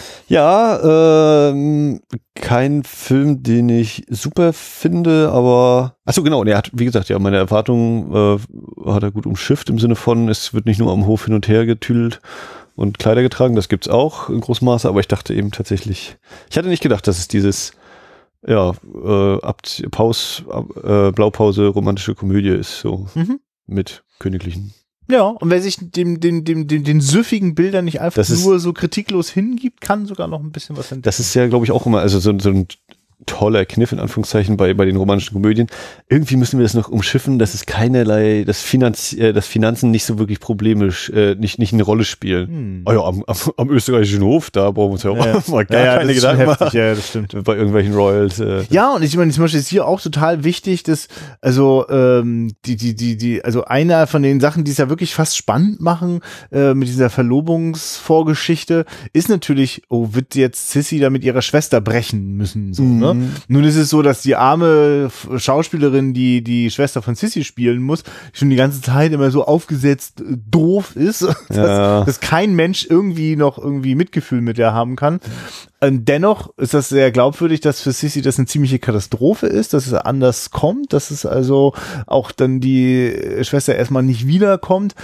Ja, ähm, kein Film, den ich super finde, aber achso, genau, und er hat, wie gesagt, ja, meine Erwartungen äh, hat er gut umschifft im Sinne von, es wird nicht nur am Hof hin und her getüdelt und Kleider getragen, das gibt's auch in großem Maße, aber ich dachte eben tatsächlich, ich hatte nicht gedacht, dass es dieses ja, äh, ab Pause, äh, Blaupause romantische Komödie ist, so mhm. mit königlichen. Ja, und wer sich dem, dem, dem, dem, den süffigen Bildern nicht einfach das nur ist, so kritiklos hingibt, kann sogar noch ein bisschen was entdecken. Das ist ja, glaube ich, auch immer, also so, so ein toller Kniff in Anführungszeichen bei, bei den romantischen Komödien. Irgendwie müssen wir das noch umschiffen, dass es keinerlei, dass, Finanz, äh, dass Finanzen nicht so wirklich problemisch, äh, nicht, nicht eine Rolle spielen. Hm. Oh ja, am, am, am österreichischen Hof, da brauchen wir uns ja auch ja, mal gar ja, keine ja, Gedanken machen. Ja, das stimmt. Bei irgendwelchen Royals. Äh. Ja, und ich meine, zum Beispiel ist hier auch total wichtig, dass, also, ähm, die, die, die, die, also einer von den Sachen, die es ja wirklich fast spannend machen, äh, mit dieser Verlobungsvorgeschichte, ist natürlich, oh, wird jetzt Sissy da mit ihrer Schwester brechen müssen, so, mhm. ne? Nun ist es so, dass die arme Schauspielerin, die die Schwester von Sissy spielen muss, schon die ganze Zeit immer so aufgesetzt äh, doof ist, dass, ja. dass kein Mensch irgendwie noch irgendwie Mitgefühl mit der haben kann. Und dennoch ist das sehr glaubwürdig, dass für Sissy das eine ziemliche Katastrophe ist, dass es anders kommt, dass es also auch dann die Schwester erstmal nicht wiederkommt.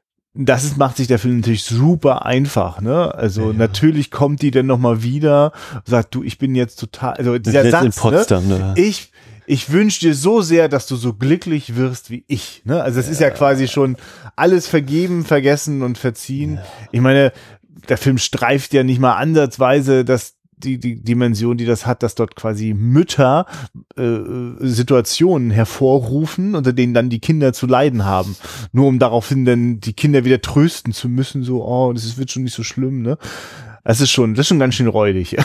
Das ist, macht sich der Film natürlich super einfach, ne? Also ja. natürlich kommt die dann nochmal wieder, sagt, du, ich bin jetzt total, also dieser jetzt Satz, in Potsdam, ne? ich, ich wünsche dir so sehr, dass du so glücklich wirst wie ich, ne? Also das ja. ist ja quasi schon alles vergeben, vergessen und verziehen. Ja. Ich meine, der Film streift ja nicht mal ansatzweise, dass die, die Dimension, die das hat, dass dort quasi Mütter äh, Situationen hervorrufen, unter denen dann die Kinder zu leiden haben. Nur um daraufhin dann die Kinder wieder trösten zu müssen, so, oh, das wird schon nicht so schlimm, ne? Das ist schon, das ist schon ganz schön räudig.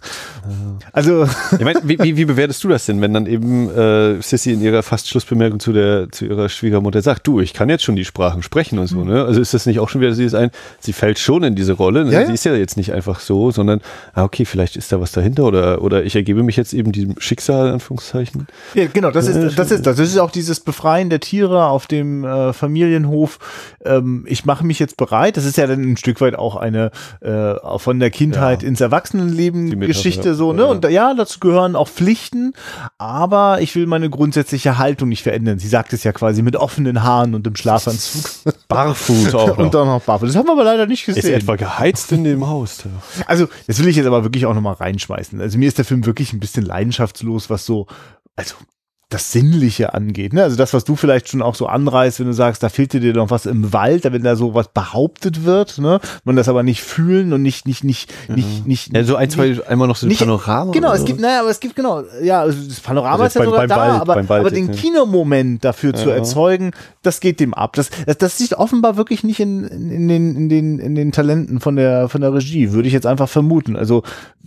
Also, ich meine, wie, wie, wie bewertest du das denn, wenn dann eben äh, Sissy in ihrer fast Schlussbemerkung zu der zu ihrer Schwiegermutter sagt, du, ich kann jetzt schon die Sprachen sprechen und so, ne? Also ist das nicht auch schon wieder, sie ist ein, sie fällt schon in diese Rolle, ne? Ja, ja. Sie ist ja jetzt nicht einfach so, sondern, ah, okay, vielleicht ist da was dahinter oder oder ich ergebe mich jetzt eben diesem Schicksal, in Anführungszeichen. Ja, genau, das ist das ist das. Das ist auch dieses Befreien der Tiere auf dem äh, Familienhof. Ähm, ich mache mich jetzt bereit. Das ist ja dann ein Stück weit auch eine äh, von der Kindheit ja. ins Erwachsenenleben Geschichte so, ne? Und ja, dazu gehören auch Pflichten, aber ich will meine grundsätzliche Haltung nicht verändern. Sie sagt es ja quasi mit offenen Haaren und im Schlafanzug. Barfuß auch noch. Und dann noch barfuß. Das haben wir aber leider nicht gesehen. Ist etwa geheizt in dem Haus. Ja. Also, das will ich jetzt aber wirklich auch nochmal reinschmeißen. Also mir ist der Film wirklich ein bisschen leidenschaftslos, was so, also das Sinnliche angeht, ne? Also das, was du vielleicht schon auch so anreißt, wenn du sagst, da fehlt dir noch was im Wald, wenn da so was behauptet wird, ne? Man das aber nicht fühlen und nicht, nicht, nicht, mhm. nicht, nicht. Ja, so ein, zwei, nicht, einmal noch so ein nicht, Panorama. Genau, es gibt, naja, aber es gibt, genau, ja, also das Panorama also ist ja sogar da, Wald, aber, Wald, aber den ja. Kinomoment dafür ja. zu erzeugen, das geht dem ab. Das, das, das liegt offenbar wirklich nicht in, in den, in den, in den Talenten von der, von der Regie, würde ich jetzt einfach vermuten. Also,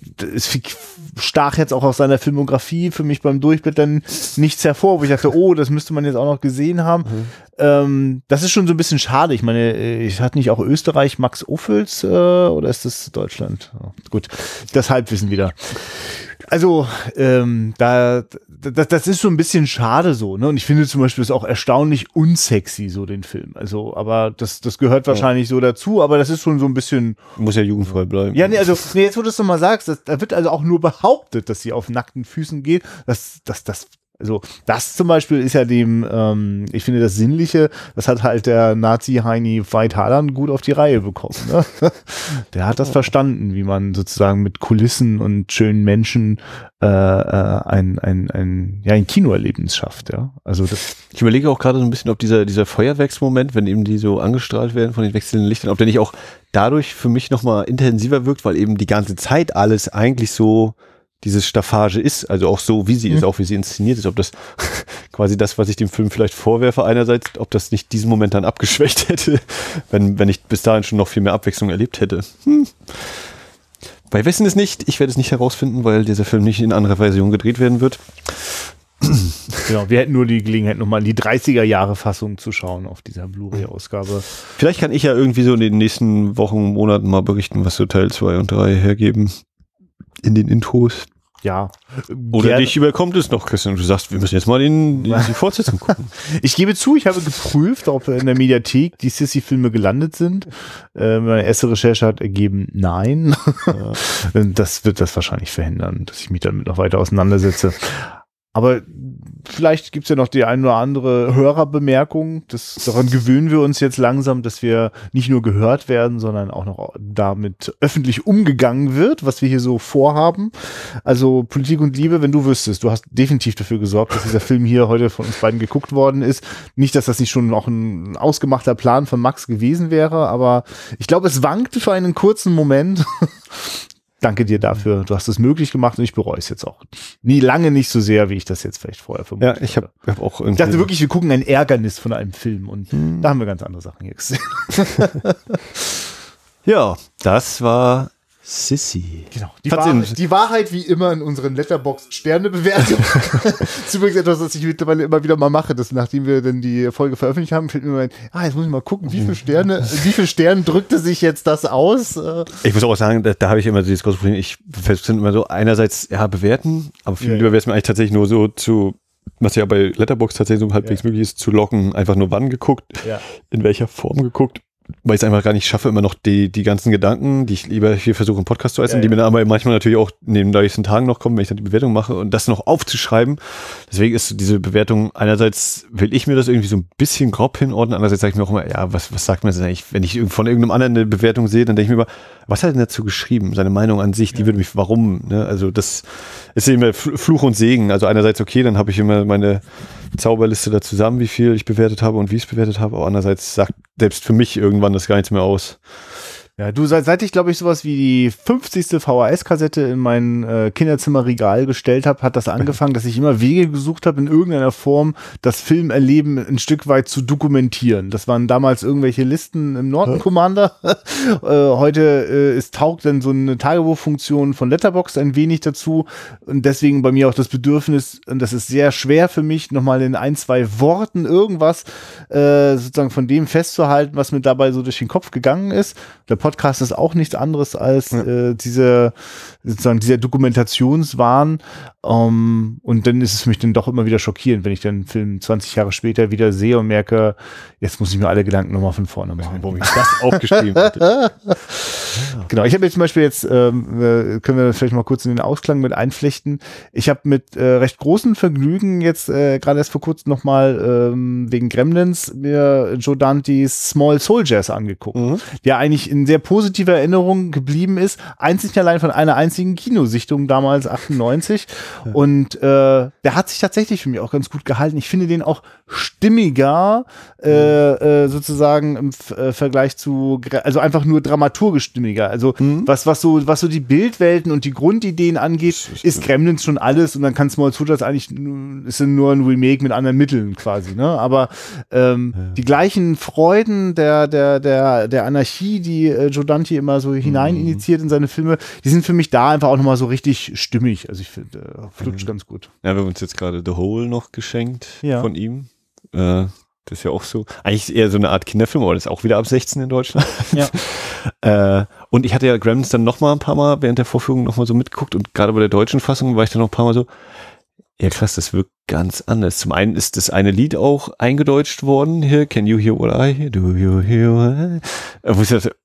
es stach jetzt auch aus seiner Filmografie für mich beim Durchblättern nichts hervor, wo ich dachte, oh, das müsste man jetzt auch noch gesehen haben. Mhm. Ähm, das ist schon so ein bisschen schade. Ich meine, ich hatte nicht auch Österreich Max Ophüls äh, oder ist das Deutschland? Oh, gut, das Halbwissen wieder. Also, ähm, da, das, das ist so ein bisschen schade so, ne? Und ich finde zum Beispiel es auch erstaunlich unsexy, so den Film. Also, aber das, das gehört wahrscheinlich ja. so dazu, aber das ist schon so ein bisschen. Muss ja jugendfrei bleiben. Ja, nee, also, nee, jetzt wo du es nochmal sagst, das, da wird also auch nur behauptet, dass sie auf nackten Füßen geht. Das, das, das, also, das zum Beispiel ist ja dem, ähm, ich finde das Sinnliche, das hat halt der Nazi-Heini Veit Harlan gut auf die Reihe bekommen, ne? Der hat das verstanden, wie man sozusagen mit Kulissen und schönen Menschen äh, ein, ein, ein, ja, ein Kinoerlebnis schafft, ja. Also das ich überlege auch gerade so ein bisschen, ob dieser, dieser Feuerwerksmoment, wenn eben die so angestrahlt werden von den wechselnden Lichtern, ob der nicht auch dadurch für mich nochmal intensiver wirkt, weil eben die ganze Zeit alles eigentlich so dieses Staffage ist, also auch so, wie sie mhm. ist, auch wie sie inszeniert ist, ob das quasi das, was ich dem Film vielleicht vorwerfe einerseits, ob das nicht diesen Moment dann abgeschwächt hätte, wenn, wenn ich bis dahin schon noch viel mehr Abwechslung erlebt hätte. Hm. Wir wissen es nicht, ich werde es nicht herausfinden, weil dieser Film nicht in anderer Version gedreht werden wird. Genau, wir hätten nur die Gelegenheit, nochmal in die dreißiger-Jahre-Fassung zu schauen auf dieser Blu-ray-Ausgabe. Vielleicht kann ich ja irgendwie so in den nächsten Wochen, Monaten mal berichten, was so Teil zwei und drei hergeben in den Intros. ja. Oder gerne. dich überkommt es noch, Christian, und du sagst, wir müssen jetzt mal den, die, die Fortsetzung gucken. Ich gebe zu, ich habe geprüft, ob in der Mediathek die Sissy-Filme gelandet sind. Äh, meine erste Recherche hat ergeben, nein. Ja. Das wird das wahrscheinlich verhindern, dass ich mich damit noch weiter auseinandersetze. Aber vielleicht gibt's ja noch die ein oder andere Hörerbemerkung. Das, daran gewöhnen wir uns jetzt langsam, dass wir nicht nur gehört werden, sondern auch noch damit öffentlich umgegangen wird, was wir hier so vorhaben. Also Politik und Liebe, wenn du wüsstest, du hast definitiv dafür gesorgt, dass dieser Film hier heute von uns beiden geguckt worden ist. Nicht, dass das nicht schon auch ein ausgemachter Plan von Max gewesen wäre, aber ich glaube, es wankte für einen kurzen Moment. Danke dir dafür. Du hast es möglich gemacht und ich bereue es jetzt auch nie lange nicht so sehr, wie ich das jetzt vielleicht vorher vermutet. Ja, ich habe hab auch irgendwie. Ich dachte wirklich, wir gucken ein Ärgernis von einem Film und hm. da haben wir ganz andere Sachen hier gesehen. Ja, das war Sissy. Genau. Die, Wahrheit, die Wahrheit wie immer in unseren Letterboxd-Sterne-Bewertungen. Das ist übrigens etwas, was ich mittlerweile immer wieder mal mache, dass nachdem wir dann die Folge veröffentlicht haben, fällt mir immer ein, ah, jetzt muss ich mal gucken, wie viele Sterne, wie viele Sterne drückte sich jetzt das aus? Ich muss auch sagen, da, da habe ich immer dieses große Problem, ich finde immer so, einerseits, ja, bewerten, aber viel ja, lieber wäre es mir eigentlich tatsächlich nur so zu, was ja bei Letterboxd tatsächlich so halbwegs ja. möglich ist, zu locken, einfach nur wann geguckt, ja. in welcher Form geguckt. Weil ich es einfach gar nicht schaffe, immer noch die, die ganzen Gedanken, die ich lieber hier versuche im Podcast zu essen, ja, ja. die mir dann aber manchmal natürlich auch neben den nächsten Tagen noch kommen, wenn ich dann die Bewertung mache und das noch aufzuschreiben. Deswegen ist diese Bewertung, einerseits will ich mir das irgendwie so ein bisschen grob hinordnen, andererseits sage ich mir auch immer, ja, was, was sagt man denn eigentlich, wenn ich von irgendeinem anderen eine Bewertung sehe, dann denke ich mir immer, was hat er denn dazu geschrieben? Seine Meinung an sich, die ja. würde mich, warum? Ne? Also das ist immer Fluch und Segen. Also einerseits okay, dann habe ich immer meine Zauberliste da zusammen, wie viel ich bewertet habe und wie ich es bewertet habe, aber andererseits sagt selbst für mich irgendwann das gar nichts mehr aus. Ja, du, seit, seit ich, glaube ich, sowas wie die fünfzigste V H S-Kassette in mein äh, Kinderzimmerregal gestellt habe, hat das angefangen, dass ich immer Wege gesucht habe, in irgendeiner Form das Filmerleben ein Stück weit zu dokumentieren. Das waren damals irgendwelche Listen im Norton Commander. äh, heute äh, ist, taugt dann so eine Tagebuchfunktion von Letterboxd ein wenig dazu und deswegen bei mir auch das Bedürfnis, und das ist sehr schwer für mich, nochmal in ein, zwei Worten irgendwas äh, sozusagen von dem festzuhalten, was mir dabei so durch den Kopf gegangen ist. Der Podcast ist auch nichts anderes als ja. äh, diese, sozusagen dieser Dokumentationswahn. Um, und dann ist es für mich dann doch immer wieder schockierend, wenn ich den Film zwanzig Jahre später wieder sehe und merke, jetzt muss ich mir alle Gedanken nochmal von vorne machen, warum ich das aufgeschrieben hatte. Ja. Genau, ich habe jetzt zum Beispiel jetzt, ähm, können wir vielleicht mal kurz in den Ausklang mit einflechten, ich habe mit äh, recht großem Vergnügen jetzt äh, gerade erst vor kurzem nochmal ähm, wegen Gremlins mir Joe Dantes Small Soldiers angeguckt, mhm. der eigentlich in sehr positiver Erinnerung geblieben ist, einzig allein von einer einzigen Kinosichtung damals achtundneunzig. Ja. Und äh, der hat sich tatsächlich für mich auch ganz gut gehalten. Ich finde den auch stimmiger äh, äh, sozusagen im F äh, Vergleich zu, also einfach nur dramaturgisch stimmiger. Also mhm. was, was, so, was so die Bildwelten und die Grundideen angeht, ist Gremlins schon alles und dann kann Small Soldiers eigentlich, ist nur ein Remake mit anderen Mitteln quasi, ne? Aber ähm, ja. die gleichen Freuden der, der, der, der Anarchie, die äh, Joe Dante immer so hinein initiiert in seine Filme, die sind für mich da einfach auch nochmal so richtig stimmig. Also ich finde, äh, flutscht mhm. ganz gut. Ja, wir haben uns jetzt gerade The Hole noch geschenkt ja. von ihm. Äh, das ist ja auch so, eigentlich eher so eine Art Kinderfilm, aber das ist auch wieder ab sechzehn in Deutschland. Ja. äh, und ich hatte ja Gremlins dann noch mal ein paar Mal während der Vorführung noch mal so mitgeguckt und gerade bei der deutschen Fassung war ich dann noch ein paar Mal so, ja krass, das wirkt ganz anders. Zum einen ist das eine Lied auch eingedeutscht worden, hier, Can You Hear What I Hear? Do you hear what I hear? Wo ich dachte,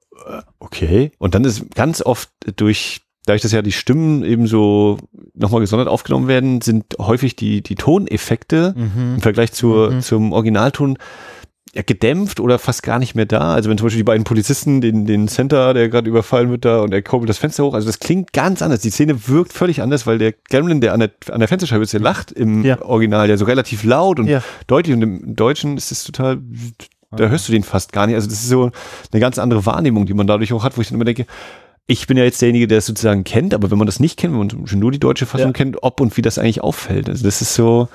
okay. Und dann ist ganz oft durch, dadurch, dass ja die Stimmen eben so nochmal gesondert aufgenommen werden, sind häufig die, die Toneffekte mhm. im Vergleich zur, mhm. zum Originalton ja, gedämpft oder fast gar nicht mehr da. Also wenn zum Beispiel die beiden Polizisten, den, den Center, der gerade überfallen wird da und er kurbelt das Fenster hoch, also das klingt ganz anders. Die Szene wirkt völlig anders, weil der Gremlin, der an der, an der Fensterscheibe ist, der lacht im ja. Original ja so relativ laut und ja. deutlich und im Deutschen ist es total, da hörst du den fast gar nicht. Also das ist so eine ganz andere Wahrnehmung, die man dadurch auch hat, wo ich dann immer denke, ich bin ja jetzt derjenige, der es sozusagen kennt, aber wenn man das nicht kennt, wenn man schon nur die deutsche Fassung ja. kennt, ob und wie das eigentlich auffällt. Also das ist so,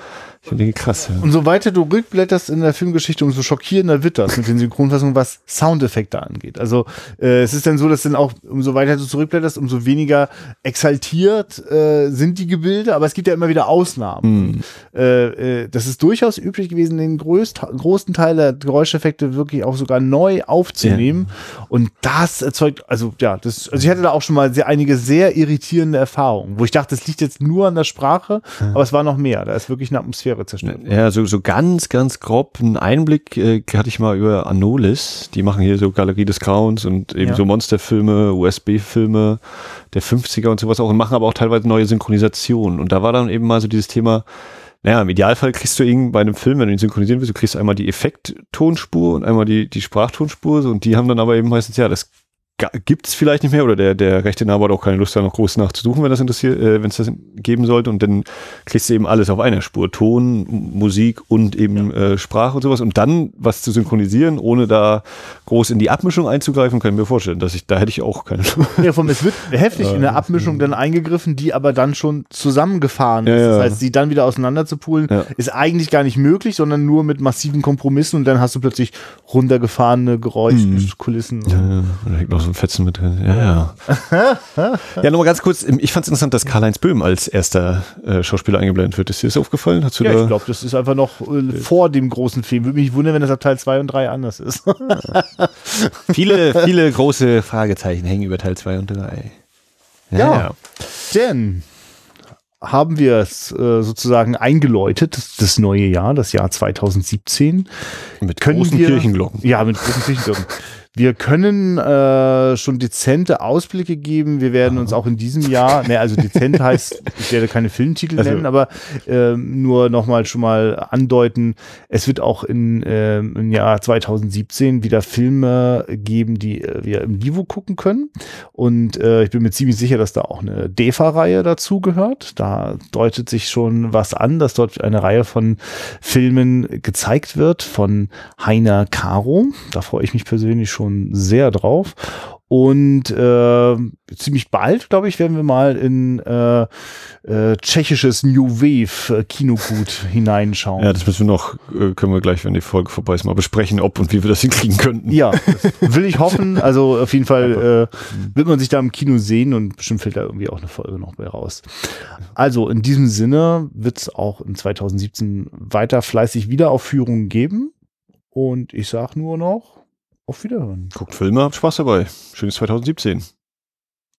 Ich finde die krass, ja. Umso weiter du rückblätterst in der Filmgeschichte, umso schockierender wird das mit den Synchronfassungen, was Soundeffekte angeht. Also äh, es ist dann so, dass dann auch, umso weiter du zurückblätterst, umso weniger exaltiert äh, sind die Gebilde, aber es gibt ja immer wieder Ausnahmen. Mhm. Äh, äh, das ist durchaus üblich gewesen, den größt, großen Teil der Geräuscheffekte wirklich auch sogar neu aufzunehmen. Ja. Und das erzeugt, also ja, das, also ich hatte da auch schon mal sehr, einige sehr irritierende Erfahrungen, wo ich dachte, das liegt jetzt nur an der Sprache, ja. aber es war noch mehr. Da ist wirklich eine Atmosphäre zerstört. Ja, so, so ganz, ganz grob einen Einblick äh, hatte ich mal über Anolis. Die machen hier so Galerie des Grauens und eben ja. so Monsterfilme, U S B-Filme der fünfziger und sowas auch und machen aber auch teilweise neue Synchronisationen. Und da war dann eben mal so dieses Thema, naja, im Idealfall kriegst du irgendwie bei einem Film, wenn du ihn synchronisieren willst, du kriegst einmal die Effekttonspur und einmal die, die Sprachtonspur so, und die haben dann aber eben meistens, ja, das gibt es vielleicht nicht mehr oder der, der rechte Name hat auch keine Lust, da noch groß nachzusuchen, wenn das interessiert, äh, wenn es das geben sollte, und dann kriegst du eben alles auf einer Spur, Ton, Musik und eben ja. äh, Sprache und sowas, und dann was zu synchronisieren, ohne da groß in die Abmischung einzugreifen, kann ich mir vorstellen, dass ich, da hätte ich auch keine Lust. Ja, vom, es wird heftig in der Abmischung dann eingegriffen, die aber dann schon zusammengefahren ist. Ja, ja. Das heißt, sie dann wieder auseinander zu poolen, ja. ist eigentlich gar nicht möglich, sondern nur mit massiven Kompromissen, und dann hast du plötzlich runtergefahrene Geräuschkulissen. Mhm. Ja, ja. Da hängt noch so ein Fetzen mit drin. Ja, ja. Ja, nochmal ganz kurz. Ich fand es interessant, dass Karl-Heinz Böhm als erster äh, Schauspieler eingeblendet wird. Ist dir das aufgefallen? Hast du ja, da ich glaube, das ist einfach noch äh, vor dem großen Film. Würde mich wundern, wenn das ab Teil zwei und drei anders ist. viele, viele große Fragezeichen hängen über Teil zwei und drei. Ja, ja, ja. Denn haben wir es äh, sozusagen eingeläutet, das, das neue Jahr, das Jahr zweitausendsiebzehn. Mit Können großen wir, Kirchenglocken. Ja, mit großen Kirchenglocken. Wir können äh, schon dezente Ausblicke geben. Wir werden uns auch in diesem Jahr, ne, also dezent heißt, ich werde keine Filmtitel also. nennen, aber äh, nur nochmal schon mal andeuten, es wird auch in, äh, im Jahr zweitausendsiebzehn wieder Filme geben, die äh, wir im Livo gucken können. Und äh, ich bin mir ziemlich sicher, dass da auch eine D E F A-Reihe dazu gehört. Da deutet sich schon was an, dass dort eine Reihe von Filmen gezeigt wird von Heiner Caro. Da freue ich mich persönlich schon sehr drauf. Und äh, ziemlich bald, glaube ich, werden wir mal in äh, äh, tschechisches New Wave äh, Kinogut hineinschauen. Ja, das müssen wir noch, äh, können wir gleich, wenn die Folge vorbei ist, mal besprechen, ob und wie wir das hinkriegen könnten. Ja, das will ich hoffen. Also auf jeden Fall äh, wird man sich da im Kino sehen, und bestimmt fällt da irgendwie auch eine Folge noch bei raus. Also in diesem Sinne wird es auch in zweitausendsiebzehn weiter fleißig Wiederaufführungen geben. Und ich sage nur noch, auf Wiederhören. Guckt Filme, habt Spaß dabei. Schönes zweitausendsiebzehn.